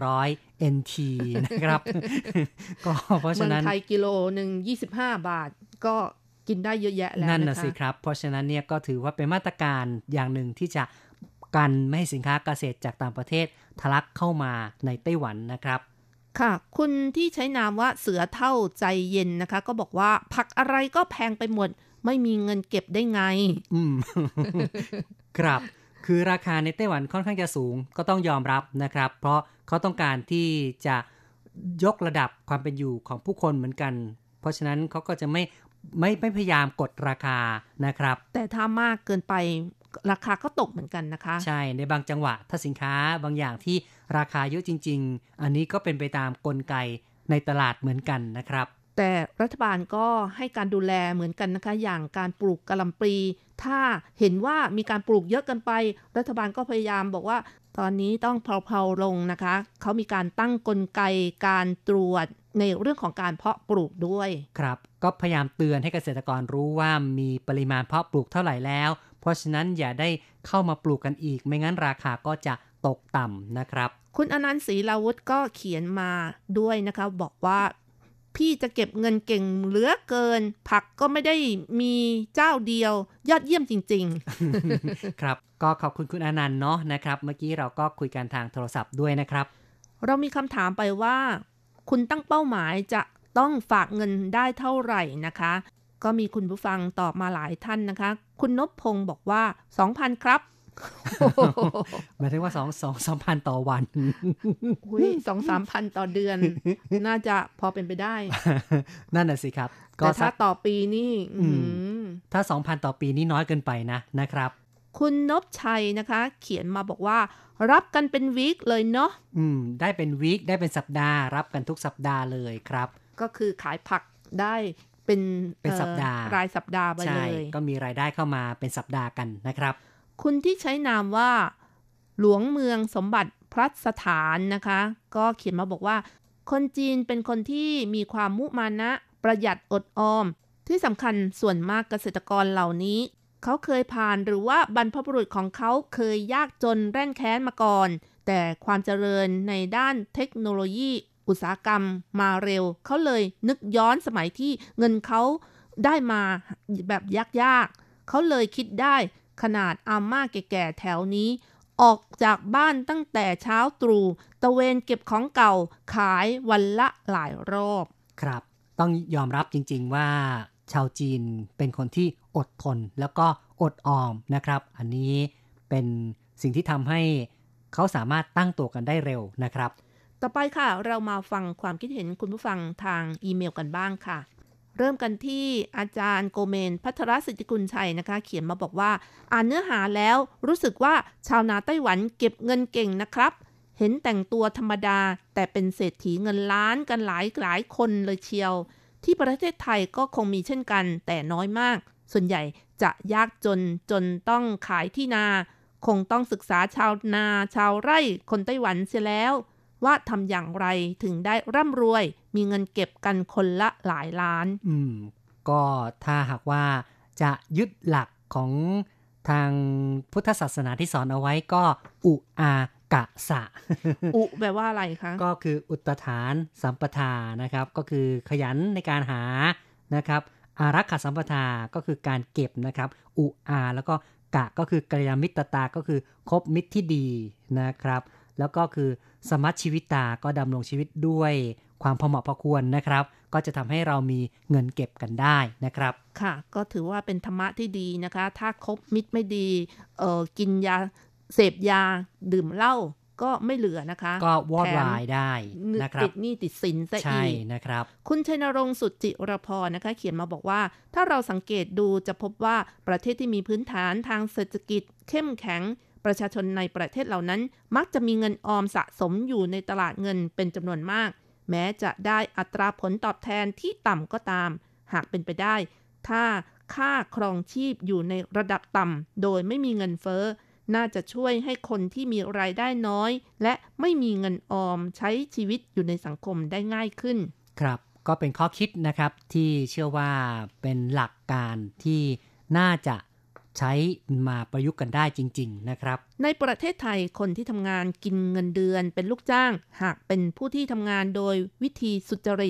100 NT นะครับก็เพราะฉะนั้นเมืองไทยกิโลนึง25 บาทก็กินได้เยอะแยะแล้วนั่นน่ะสิครับเพราะฉะนั้นเนี่ยก็ถือว่าเป็นมาตรการอย่างหนึ่งที่จะกันไม่ให้สินค้าเกษตรจากต่างประเทศทะลักเข้ามาในไต้หวันนะครับค่ะคุณที่ใช้นามว่าเสือเท่าใจเย็นนะคะก็บอกว่าผักอะไรก็แพงไปหมดไม่มีเงินเก็บได้ไงครับคือราคาในไต้หวันค่อนข้างจะสูงก็ต้องยอมรับนะครับเพราะเขาต้องการที่จะยกระดับความเป็นอยู่ของผู้คนเหมือนกันเพราะฉะนั้นเขาก็จะไม่พยายามกดราคานะครับแต่ถ้ามากเกินไปราคาก็ตกเหมือนกันนะคะใช่ในบางจังหวะถ้าสินค้าบางอย่างที่ราคาเยอะจริงๆอันนี้ก็เป็นไปตามกลไกในตลาดเหมือนกันนะครับแต่รัฐบาลก็ให้การดูแลเหมือนกันนะคะอย่างการปลูกกะหล่ำปลีถ้าเห็นว่ามีการปลูกเยอะเกินไปรัฐบาลก็พยายามบอกว่าตอนนี้ต้องเพลาๆลงนะคะเขามีการตั้งกลไกการตรวจในเรื่องของการเพาะปลูกด้วยครับก็พยายามเตือนให้เกษตรกรรู้ว่ามีปริมาณเพาะปลูกเท่าไหร่แล้วเพราะฉะนั้นอย่าได้เข้ามาปลูกกันอีกไม่งั้นราคาก็จะตกต่ำนะครับคุณอนันต์ศรีลาวุธก็เขียนมาด้วยนะคะบอกว่าพี่จะเก็บเงินเก่งเหลือเกินผักก็ไม่ได้มีเจ้าเดียวยอดเยี่ยมจริงๆ ครับก็ขอบคุณคุณอนันต์เนาะนะครับเมื่อกี้เราก็คุยกันทางโทรศัพท์ด้วยนะครับเรามีคำถามไปว่าคุณตั้งเป้าหมายจะต้องฝากเงินได้เท่าไหร่นะคะก็มีคุณผู้ฟังตอบมาหลายท่านนะคะคุณนพพงศ์บอกว่า 2,000 ครับหมายถึงว่า 2,000 ต่อวันอุ้ย 2-3,000 ต่อเดือนน่าจะพอเป็นไปได้นั่นน่ะสิครับแต่ถ้าต่อปีนี่ถ้า 2,000 ต่อปีนี่น้อยเกินไปนะครับคุณนพชัยนะคะเขียนมาบอกว่ารับกันเป็นวีคเลยเนาะได้เป็นวีคได้เป็นสัปดาห์รับกันทุกสัปดาห์เลยครับก็คือขายผักได้เป็นสัปดาห์รายสัปดาห์ไปเลยก็มีรายได้เข้ามาเป็นสัปดาห์กันนะครับคุณที่ใช้นามว่าหลวงเมืองสมบัติพระสถานนะคะก็เขียนมาบอกว่าคนจีนเป็นคนที่มีความมุมานะประหยัดอดออมที่สำคัญส่วนมากเกษตรกรเหล่านี้เขาเคยผ่านหรือว่าบรรพบุรุษของเขาเคยยากจนแร่นแค้นมาก่อนแต่ความเจริญในด้านเทคโนโลยีอุตสาหกรรมมาเร็วเขาเลยนึกย้อนสมัยที่เงินเขาได้มาแบบยากๆเขาเลยคิดได้ขนาดอาม่าแก่ๆแถวนี้ออกจากบ้านตั้งแต่เช้าตรู่ตะเวนเก็บของเก่าขายวันละหลายรอบครับต้องยอมรับจริงๆว่าชาวจีนเป็นคนที่อดทนแล้วก็อดออมนะครับอันนี้เป็นสิ่งที่ทำให้เขาสามารถตั้งตัวกันได้เร็วนะครับต่อไปค่ะเรามาฟังความคิดเห็นคุณผู้ฟังทางอีเมลกันบ้างค่ะเริ่มกันที่อาจารย์โกเมนภัทรสิทธิกุลชัยนะคะเขียนมาบอกว่าอ่านเนื้อหาแล้วรู้สึกว่าชาวนาไต้หวันเก็บเงินเก่งนะครับเห็นแต่งตัวธรรมดาแต่เป็นเศรษฐีเงินล้านกันหลายคนเลยเชียวที่ประเทศไทยก็คงมีเช่นกันแต่น้อยมากส่วนใหญ่จะยากจนต้องขายที่นาคงต้องศึกษาชาวนาชาวไร่คนไต้หวันเสียแล้วว่าทำอย่างไรถึงได้ร่ำรวยมีเงินเก็บกันคนละหลายล้านก็ถ้าหากว่าจะยึดหลักของทางพุทธศาสนาที่สอนเอาไว้ก็อุอากะสะอุแปลว่าอะไรคะก็คืออุตฐานสัมปทานะครับก็คือขยันในการหานะครับอารักขสัมปทาก็คือการเก็บนะครับอุอาแล้วก็กะก็คือกัลยาณมิตรตาก็คือคบมิตรที่ดีนะครับแล้วก็คือสมัชชีวิตาก็ดำรงชีวิตด้วยความพอเหมาะพอควรนะครับก็จะทำให้เรามีเงินเก็บกันได้นะครับค่ะก็ถือว่าเป็นธรรมะที่ดีนะคะถ้าคบมิตรไม่ดีกินยาเสพยาดื่มเหล้าก็ไม่เหลือนะคะก็วอดวายได้นะครับติดหนี้ติดสินซะอีกใช่นะครับคุณชัยนรงค์สุจิรพรนะคะเขียนมาบอกว่าถ้าเราสังเกตดูจะพบว่าประเทศที่มีพื้นฐานทางเศรษฐกิจเข้มแข็งประชาชนในประเทศเหล่านั้นมักจะมีเงินออมสะสมอยู่ในตลาดเงินเป็นจำนวนมากแม้จะได้อัตราผลตอบแทนที่ต่ำก็ตามหากเป็นไปได้ถ้าค่าครองชีพอยู่ในระดับต่ำโดยไม่มีเงินเฟ้อน่าจะช่วยให้คนที่มีรายได้น้อยและไม่มีเงินออมใช้ชีวิตอยู่ในสังคมได้ง่ายขึ้นครับก็เป็นข้อคิดนะครับที่เชื่อว่าเป็นหลักการที่น่าจะใช้มาประยุกต์กันได้จริงๆนะครับในประเทศไทยคนที่ทำงานกินเงินเดือนเป็นลูกจ้างหากเป็นผู้ที่ทำงานโดยวิธีสุจริต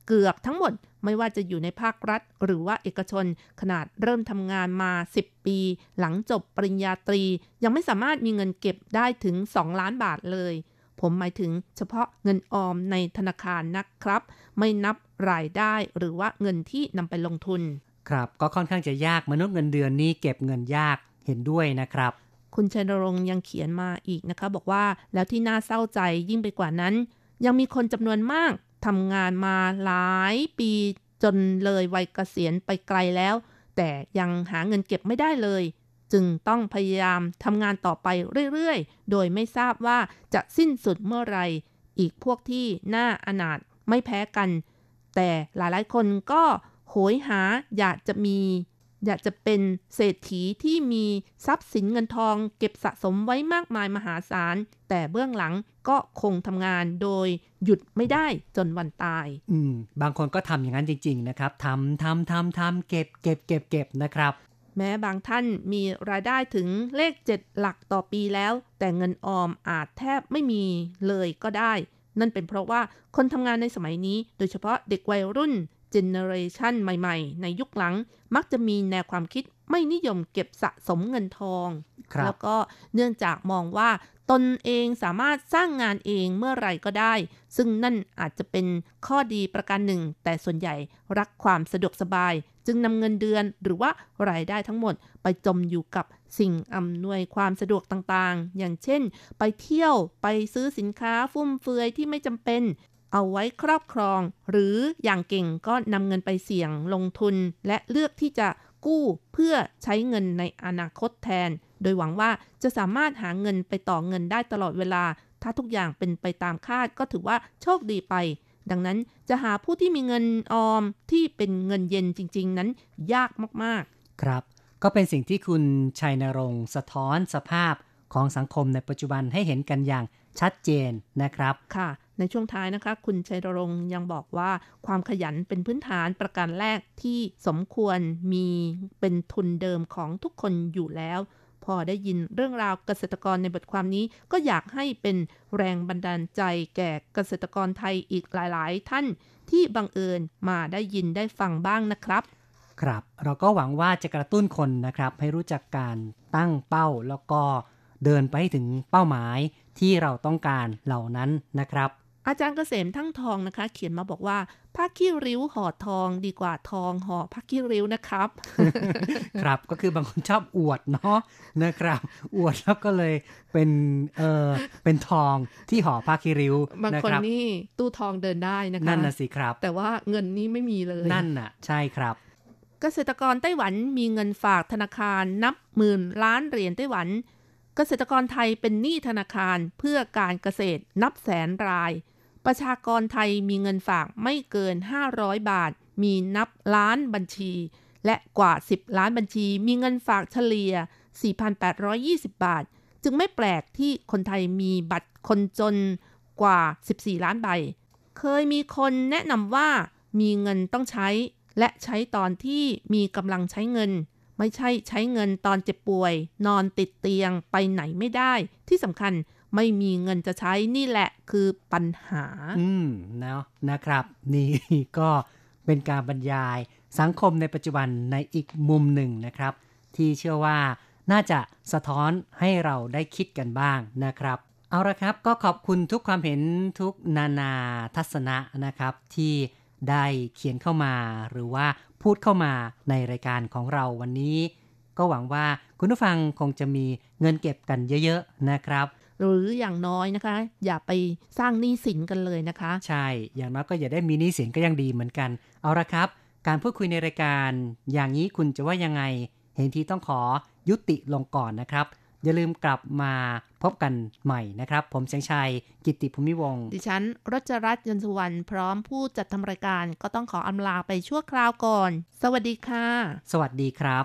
เกือบทั้งหมดไม่ว่าจะอยู่ในภาครัฐหรือว่าเอกชนขนาดเริ่มทำงานมา10ปีหลังจบปริญญาตรียังไม่สามารถมีเงินเก็บได้ถึง2ล้านบาทเลยผมหมายถึงเฉพาะเงินออมในธนาคารนะครับไม่นับรายได้หรือว่าเงินที่นำไปลงทุนครับก็ค่อนข้างจะยากมนุษย์เงินเดือนนี่เก็บเงินยากเห็นด้วยนะครับคุณชัยนรงค์ยังเขียนมาอีกนะคะบอกว่าแล้วที่น่าเศร้าใจยิ่งไปกว่านั้นยังมีคนจำนวนมากทำงานมาหลายปีจนเลยวัยเกษียณไปไกลแล้วแต่ยังหาเงินเก็บไม่ได้เลยจึงต้องพยายามทำงานต่อไปเรื่อยๆโดยไม่ทราบว่าจะสิ้นสุดเมื่อไรอีกพวกที่น่าอนาถไม่แพ้กันแต่หลายๆคนก็โหยหาอยากจะเป็นเศรษฐีที่มีทรัพย์สินเงินทองเก็บสะสมไว้มากมายมหาศาลแต่เบื้องหลังก็คงทำงานโดยหยุดไม่ได้จนวันตายบางคนก็ทำอย่างนั้นจริงๆนะครับทำเก็บนะครับแม้บางท่านมีรายได้ถึงเลข7หลักต่อปีแล้วแต่เงินออมอาจแทบไม่มีเลยก็ได้นั่นเป็นเพราะว่าคนทำงานในสมัยนี้โดยเฉพาะเด็กวัยรุ่นเจเนอเรชันใหม่ๆในยุคหลังมักจะมีแนวความคิดไม่นิยมเก็บสะสมเงินทองแล้วก็เนื่องจากมองว่าตนเองสามารถสร้างงานเองเมื่อไหร่ก็ได้ซึ่งนั่นอาจจะเป็นข้อดีประการหนึ่งแต่ส่วนใหญ่รักความสะดวกสบายจึงนำเงินเดือนหรือว่ารายได้ทั้งหมดไปจมอยู่กับสิ่งอำนวยความสะดวกต่างๆอย่างเช่นไปเที่ยวไปซื้อสินค้าฟุ่มเฟือยที่ไม่จำเป็นเอาไว้ครอบครองหรืออย่างเก่งก็นำเงินไปเสี่ยงลงทุนและเลือกที่จะกู้เพื่อใช้เงินในอนาคตแทนโดยหวังว่าจะสามารถหาเงินไปต่อเงินได้ตลอดเวลาถ้าทุกอย่างเป็นไปตามคาดก็ถือว่าโชคดีไปดังนั้นจะหาผู้ที่มีเงินออมที่เป็นเงินเย็นจริงๆนั้นยากมากๆครับก็เป็นสิ่งที่คุณชัยนรงค์สะท้อนสภาพของสังคมในปัจจุบันให้เห็นกันอย่างชัดเจนนะครับค่ะในช่วงท้ายนะคะคุณชัยนรงค์ยังบอกว่าความขยันเป็นพื้นฐานประการแรกที่สมควรมีเป็นทุนเดิมของทุกคนอยู่แล้วพอได้ยินเรื่องราวเกษตรกรในบทความนี้ก็อยากให้เป็นแรงบันดาลใจแก่เกษตรกรไทยอีกหลายๆท่านที่บังเอิญมาได้ยินได้ฟังบ้างนะครับครับเราก็หวังว่าจะกระตุ้นคนนะครับให้รู้จักการตั้งเป้าแล้วก็เดินไปถึงเป้าหมายที่เราต้องการเหล่านั้นนะครับอาจารย์เกษมทั้งทองนะคะเขียนมาบอกว่าผ้าขี้ริ้วห่อทองดีกว่าทองห่อผ้าขี้ริ้วนะครับครับก็คือบางคนชอบอวดเนาะนะครับอวดแล้วก็เลยเป็นทองที่ห่อผ้าขี้ริ้วบางคนนี่ตู้ทองเดินได้นะคะนั่นน่ะสิครับแต่ว่าเงินนี้ไม่มีเลยนั่นน่ะใช่ครับเกษตรกรไต้หวันมีเงินฝากธนาคารนับหมื่นล้านเหรียญไต้หวันเกษตรกรไทยเป็นหนี้ธนาคารเพื่อการเกษตรนับแสนรายประชากรไทยมีเงินฝากไม่เกิน500บาทมีนับล้านบัญชีและกว่า10ล้านบัญชีมีเงินฝากเฉลี่ย 4,820 บาทจึงไม่แปลกที่คนไทยมีบัตรคนจนกว่า14ล้านใบเคยมีคนแนะนำว่ามีเงินต้องใช้และใช้ตอนที่มีกำลังใช้เงินไม่ใช่ใช้เงินตอนเจ็บป่วยนอนติดเตียงไปไหนไม่ได้ที่สำคัญไม่มีเงินจะใช้นี่แหละคือปัญหานะครับนี่ก็เป็นการบรรยายสังคมในปัจจุบันในอีกมุมหนึ่งนะครับที่เชื่อว่าน่าจะสะท้อนให้เราได้คิดกันบ้างนะครับเอาละครับก็ขอบคุณทุกความเห็นทุกนานาทัศนะนะครับที่ได้เขียนเข้ามาหรือว่าพูดเข้ามาในรายการของเราวันนี้ก็หวังว่าคุณผู้ฟังคงจะมีเงินเก็บกันเยอะๆนะครับหรืออย่างน้อยนะคะอย่าไปสร้างหนี้สินกันเลยนะคะใช่อย่างน้อยก็อย่าได้มีหนี้สินก็ยังดีเหมือนกันเอาละครับการพูดคุยในรายการอย่างนี้คุณจะว่ายังไงเห็นทีต้องขอยุติลงก่อนนะครับอย่าลืมกลับมาพบกันใหม่นะครับผมแสงชัยกิตติภูมิวงศ์ดิฉันรัชรัตน์ยนต์สุวรรณพร้อมผู้จัดทำรายการก็ต้องขออำลาไปชั่วคราวก่อนสวัสดีค่ะสวัสดีครับ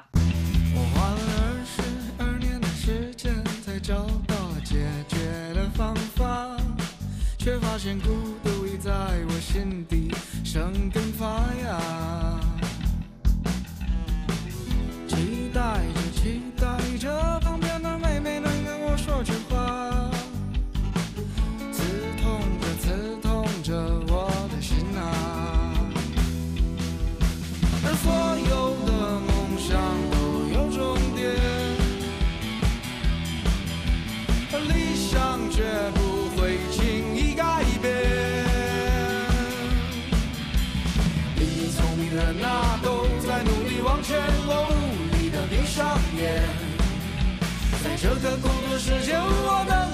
却发现孤独已在我心底生根发芽，期待着旁边的妹妹能跟我说句话，刺痛着我的心啊。 这个工作实现我的